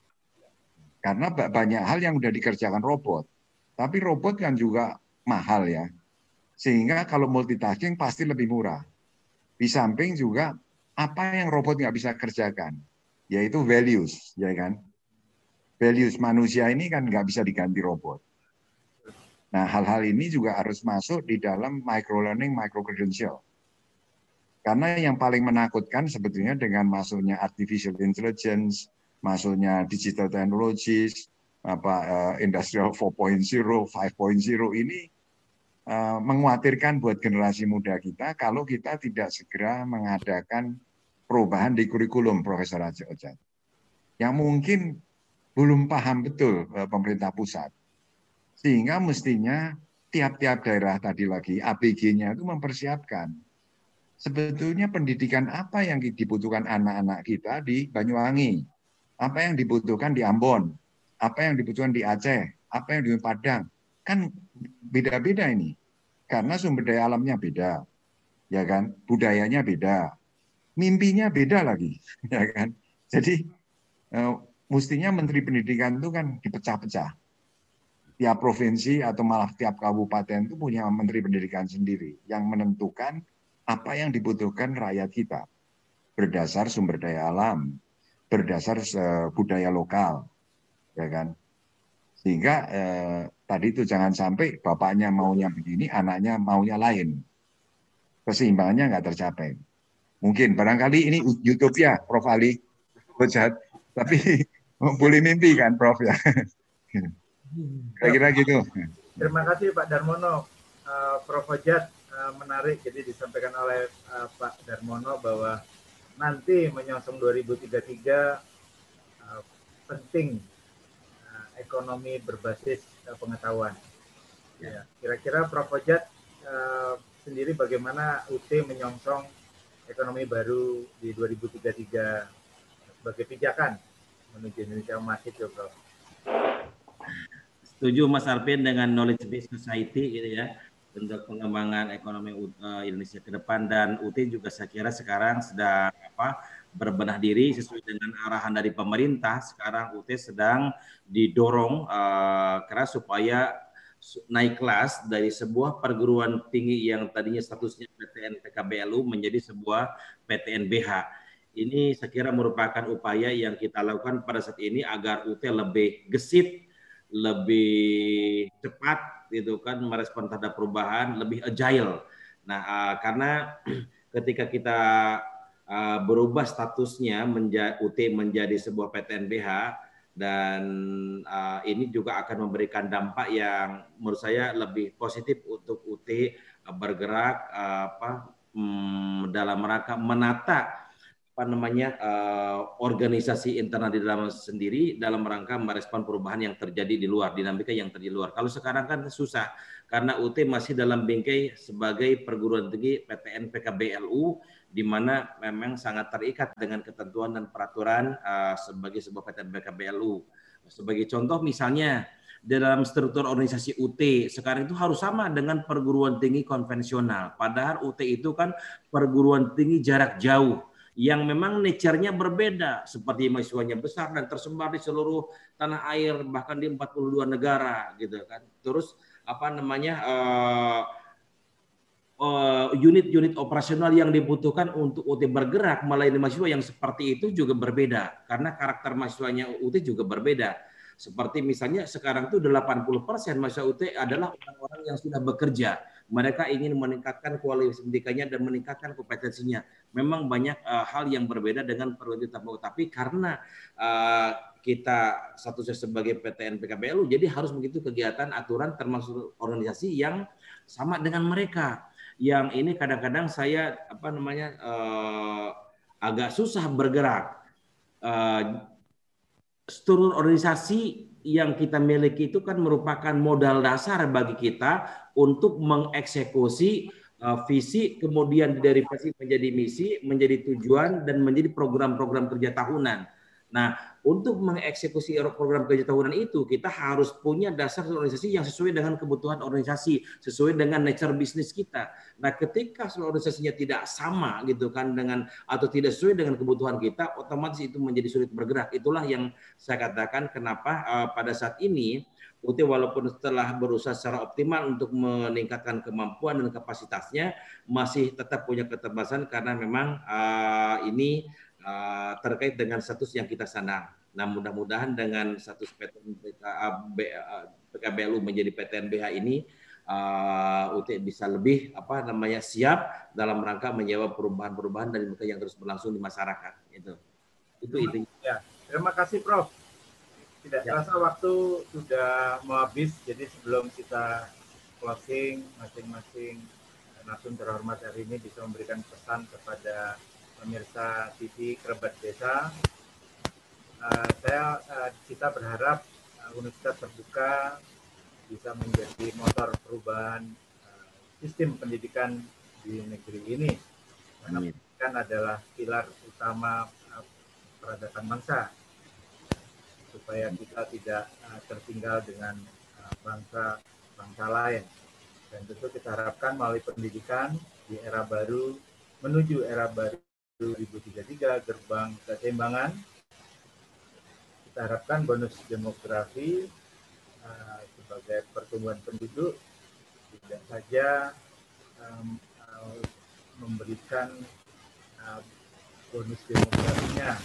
Karena banyak hal yang udah dikerjakan robot. Tapi robot kan juga mahal ya. Sehingga kalau multitasking pasti lebih murah. Di samping juga apa yang robot nggak bisa kerjakan, yaitu values, ya kan? Values manusia ini kan nggak bisa diganti robot. Nah, hal-hal ini juga harus masuk di dalam microlearning, microcredential. Karena yang paling menakutkan sebetulnya dengan masuknya artificial intelligence, masuknya digital technologies, apa uh, industrial four point oh, five point oh ini uh, mengkhawatirkan buat generasi muda kita kalau kita tidak segera mengadakan perubahan di kurikulum, Profesor Ojat. Yang mungkin belum paham betul uh, pemerintah pusat. Sehingga mestinya tiap-tiap daerah tadi lagi A P G-nya itu mempersiapkan sebetulnya pendidikan apa yang dibutuhkan anak-anak kita di Banyuwangi, apa yang dibutuhkan di Ambon, apa yang dibutuhkan di Aceh, apa yang di Padang, kan beda-beda ini, karena sumber daya alamnya beda, ya kan, budayanya beda, mimpinya beda lagi, ya kan. Jadi eh, mestinya Menteri Pendidikan itu kan dipecah-pecah. Tiap provinsi atau malah tiap kabupaten itu punya Menteri Pendidikan sendiri yang menentukan apa yang dibutuhkan rakyat kita berdasar sumber daya alam, berdasar uh, budaya lokal, ya kan. Sehingga eh, tadi itu jangan sampai bapaknya maunya begini, anaknya maunya lain, keseimbangannya nggak tercapai. Mungkin barangkali ini utopia, Prof Ali, Ojat, tapi boleh mimpi kan, Prof ya. Kira-kira gitu. Terima kasih Pak Darmono. Uh, Prof Ojat uh, menarik, jadi disampaikan oleh uh, Pak Darmono bahwa nanti menyongsong dua ribu tiga puluh tiga uh, penting uh, ekonomi berbasis uh, pengetahuan. Ya. Kira-kira Prof Ojat uh, sendiri bagaimana U T menyongsong ekonomi baru di dua ribu tiga puluh tiga sebagai pijakan menuju Indonesia emas itu, Prof? Setuju Mas Alvin dengan knowledge based society gitu ya untuk pengembangan ekonomi uh, Indonesia ke depan, dan U T juga saya kira sekarang sedang apa berbenah diri sesuai dengan arahan dari pemerintah. Sekarang U T sedang didorong uh, keras supaya naik kelas dari sebuah perguruan tinggi yang tadinya statusnya P T N P K B L U menjadi sebuah P T N B H. Ini saya kira merupakan upaya yang kita lakukan pada saat ini agar U T lebih gesit, lebih cepat gitu kan merespon terhadap perubahan, lebih agile. Nah, uh, karena ketika kita uh, berubah statusnya menjadi U T menjadi sebuah P T N B H, dan uh, ini juga akan memberikan dampak yang menurut saya lebih positif untuk U T uh, bergerak uh, apa um, dalam rangka menata apa namanya uh, organisasi internal di dalam sendiri dalam rangka merespon perubahan yang terjadi di luar, dinamika yang terjadi di luar. Kalau sekarang kan susah karena U T masih dalam bingkai sebagai perguruan tinggi P T N P K B L U, di mana memang sangat terikat dengan ketentuan dan peraturan uh, sebagai sebuah P T N P K B L U. Sebagai contoh misalnya dalam struktur organisasi U T sekarang itu harus sama dengan perguruan tinggi konvensional. Padahal U T itu kan perguruan tinggi jarak jauh yang memang nature-nya berbeda, seperti mahasiswanya besar dan tersebar di seluruh tanah air, bahkan di empat puluh dua negara gitu kan. Terus apa namanya uh, uh, unit-unit operasional yang dibutuhkan untuk U T bergerak melayani mahasiswa yang seperti itu juga berbeda, karena karakter mahasiswanya U T juga berbeda. Seperti misalnya sekarang itu delapan puluh persen mahasiswa U T adalah orang-orang yang sudah bekerja. Mereka ingin meningkatkan kualitas pendidikannya dan meningkatkan kompetensinya. Memang banyak uh, hal yang berbeda dengan perguruan tinggi tatap muka. Tapi karena uh, kita statusnya sebagai P T N P K B L U, jadi harus begitu kegiatan, aturan, termasuk organisasi yang sama dengan mereka. Yang ini kadang-kadang saya apa namanya uh, agak susah bergerak. Uh, struktur organisasi yang kita miliki itu kan merupakan modal dasar bagi kita untuk mengeksekusi uh, visi, kemudian diderivasi menjadi misi, menjadi tujuan, dan menjadi program-program kerja tahunan. Nah, untuk mengeksekusi program kerja tahunan itu, kita harus punya dasar organisasi yang sesuai dengan kebutuhan organisasi, sesuai dengan nature bisnis kita. Nah, ketika organisasinya tidak sama gitu kan dengan atau tidak sesuai dengan kebutuhan kita, otomatis itu menjadi sulit bergerak. Itulah yang saya katakan kenapa uh, pada saat ini U T walaupun setelah berusaha secara optimal untuk meningkatkan kemampuan dan kapasitasnya, masih tetap punya keterbatasan karena memang uh, ini Uh, terkait dengan status yang kita sandang. Nah, mudah-mudahan dengan status P T N P K B L U menjadi P T N B H ini uh, U T bisa lebih apa namanya siap dalam rangka menjawab perubahan-perubahan dari yang terus berlangsung di masyarakat. Itu, itu itu. Ya, terima kasih Prof. Tidak ya. Terasa waktu sudah mau habis, jadi sebelum kita closing, masing-masing narasumber terhormat hari ini bisa memberikan pesan kepada pemirsa T V Kerabat Desa. Uh, saya uh, kita berharap uh, Universitas Terbuka bisa menjadi motor perubahan uh, sistem pendidikan di negeri ini. Karena pendidikan adalah pilar utama uh, peradaban bangsa. Supaya kita tidak uh, tertinggal dengan uh, bangsa-bangsa lain. Dan tentu kita harapkan melalui pendidikan di era baru menuju era baru dua ribu tiga puluh tiga gerbang keseimbangan. Kita harapkan bonus demografi uh, sebagai pertumbuhan penduduk tidak saja um, uh, memberikan uh, bonus demografinya,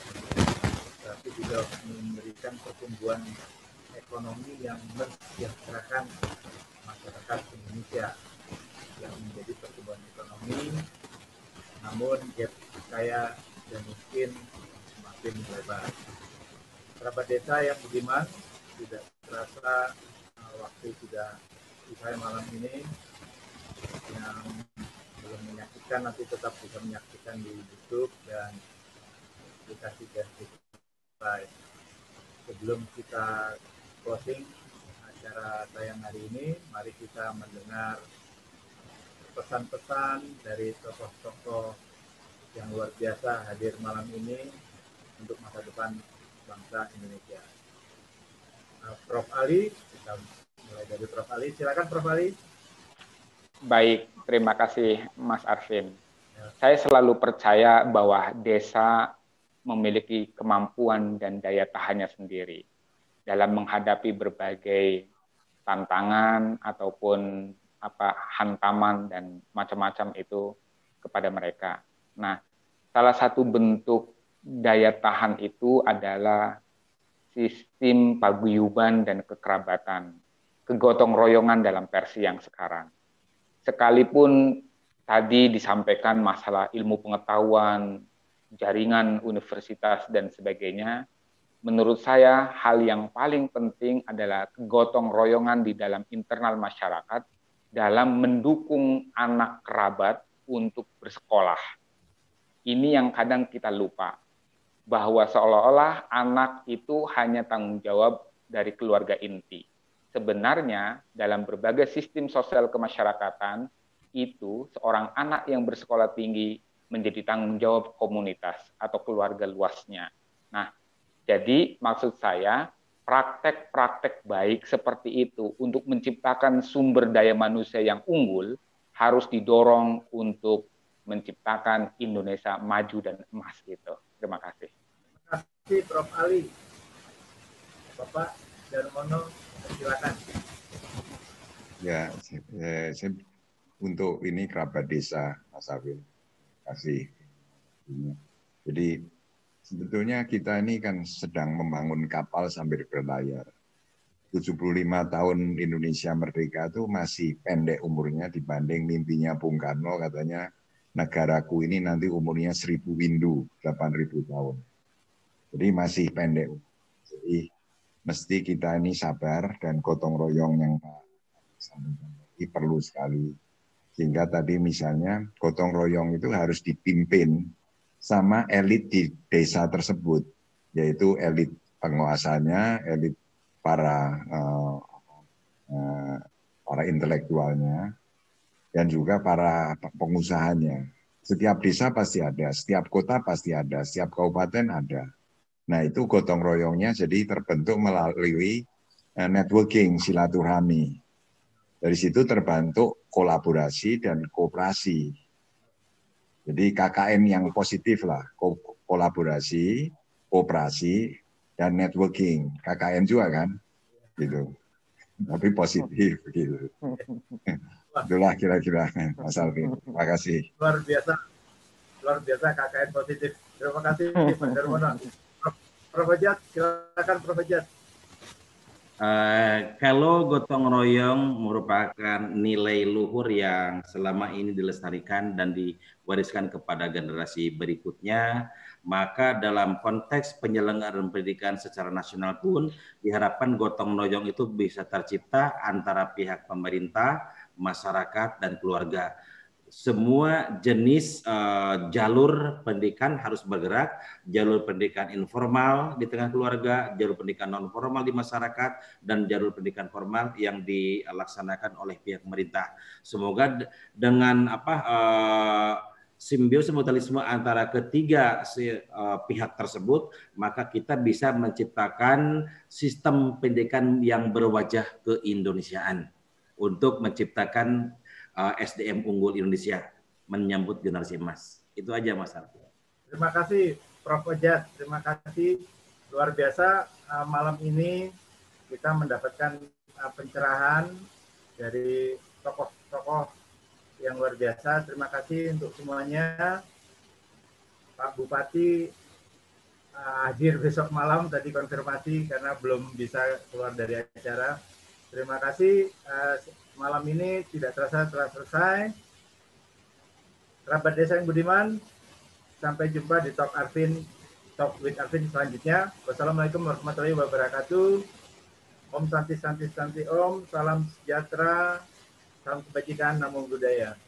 tapi juga memberikan pertumbuhan ekonomi yang mensejahterakan masyarakat Indonesia, yang menjadi pertumbuhan ekonomi. Namun gap kaya dan miskin semakin lebar. Kerabat desa yang budiman, tidak terasa uh, waktu sudah selesai malam ini. Yang belum menyaksikan nanti tetap bisa menyaksikan di YouTube dan aplikasi dan Spotify. Sebelum kita closing acara tayang hari ini, mari kita mendengar pesan-pesan dari tokoh-tokoh yang luar biasa hadir malam ini untuk masa depan bangsa Indonesia. Nah, Prof Ali, kita mulai dari Prof Ali. Silakan Prof Ali. Baik, terima kasih Mas Arvin. Ya. Saya selalu percaya bahwa desa memiliki kemampuan dan daya tahannya sendiri dalam menghadapi berbagai tantangan ataupun apa hantaman dan macam-macam itu kepada mereka. Nah, salah satu bentuk daya tahan itu adalah sistem paguyuban dan kekerabatan, kegotong royongan dalam versi yang sekarang. Sekalipun tadi disampaikan masalah ilmu pengetahuan, jaringan universitas dan sebagainya, menurut saya hal yang paling penting adalah kegotong royongan di dalam internal masyarakat dalam mendukung anak kerabat untuk bersekolah. Ini yang kadang kita lupa, bahwa seolah-olah anak itu hanya tanggung jawab dari keluarga inti. Sebenarnya dalam berbagai sistem sosial kemasyarakatan, itu seorang anak yang bersekolah tinggi menjadi tanggung jawab komunitas atau keluarga luasnya. Nah, jadi maksud saya, praktek-praktek baik seperti itu untuk menciptakan sumber daya manusia yang unggul harus didorong untuk menciptakan Indonesia maju dan emas gitu. Terima kasih. Terima kasih Prof Ali. Bapak Darmono, silakan. Ya, saya, saya, untuk ini kerabat desa, Mas Afin. Terima kasih. Jadi sebetulnya kita ini kan sedang membangun kapal sambil berlayar. tujuh puluh lima tahun Indonesia merdeka itu masih pendek umurnya dibanding mimpinya Bung Karno, katanya negaraku ini nanti umurnya seribu windu, delapan ribu tahun. Jadi masih pendek. Jadi mesti kita ini sabar dan gotong royong yang Pak sampaikan tadi perlu sekali. Sehingga tadi misalnya gotong royong itu harus dipimpin sama elit di desa tersebut, yaitu elit penguasanya, elit para uh, uh, para intelektualnya, dan juga para pengusahanya. Setiap desa pasti ada, setiap kota pasti ada, setiap kabupaten ada. Nah, itu gotong royongnya jadi terbentuk melalui uh, networking, silaturahmi. Dari situ terbentuk kolaborasi dan kooperasi. Jadi K K N yang positif lah, ko kolaborasi, kooperasi, dan networking. K K N juga kan, gitu. Tapi positif, gitu. Itulah kira-kira, Mas Alvin. Terima kasih. Luar biasa, luar biasa K K N positif. Terima kasih, Pak Darmono. Prof Hajat, silakan Prof Hajat. Uh, kalau gotong royong merupakan nilai luhur yang selama ini dilestarikan dan diwariskan kepada generasi berikutnya, maka dalam konteks penyelenggaraan pendidikan secara nasional pun diharapkan gotong royong itu bisa tercipta antara pihak pemerintah, masyarakat, dan keluarga. Semua jenis uh, jalur pendidikan harus bergerak, jalur pendidikan informal di tengah keluarga, jalur pendidikan non formal di masyarakat, dan jalur pendidikan formal yang dilaksanakan oleh pihak pemerintah. Semoga dengan apa uh, simbiosis mutualisme antara ketiga si, uh, pihak tersebut, maka kita bisa menciptakan sistem pendidikan yang berwajah keindonesiaan untuk menciptakan Uh, S D M unggul Indonesia menyambut generasi emas. Itu aja Mas Arfi. Terima kasih Prof Hajat, terima kasih luar biasa. Uh, malam ini kita mendapatkan uh, pencerahan dari tokoh-tokoh yang luar biasa. Terima kasih untuk semuanya. Pak Bupati uh, hadir besok malam, tadi konfirmasi karena belum bisa keluar dari acara. Terima kasih. Uh, Malam ini tidak terasa telah selesai. Kerabat Desa yang Budiman, sampai jumpa di Talk Arvin, Talk with Arvin selanjutnya. Wassalamualaikum warahmatullahi wabarakatuh. Om Santi Santi Santi Om, salam sejahtera, salam kebajikan, namo buddhaya.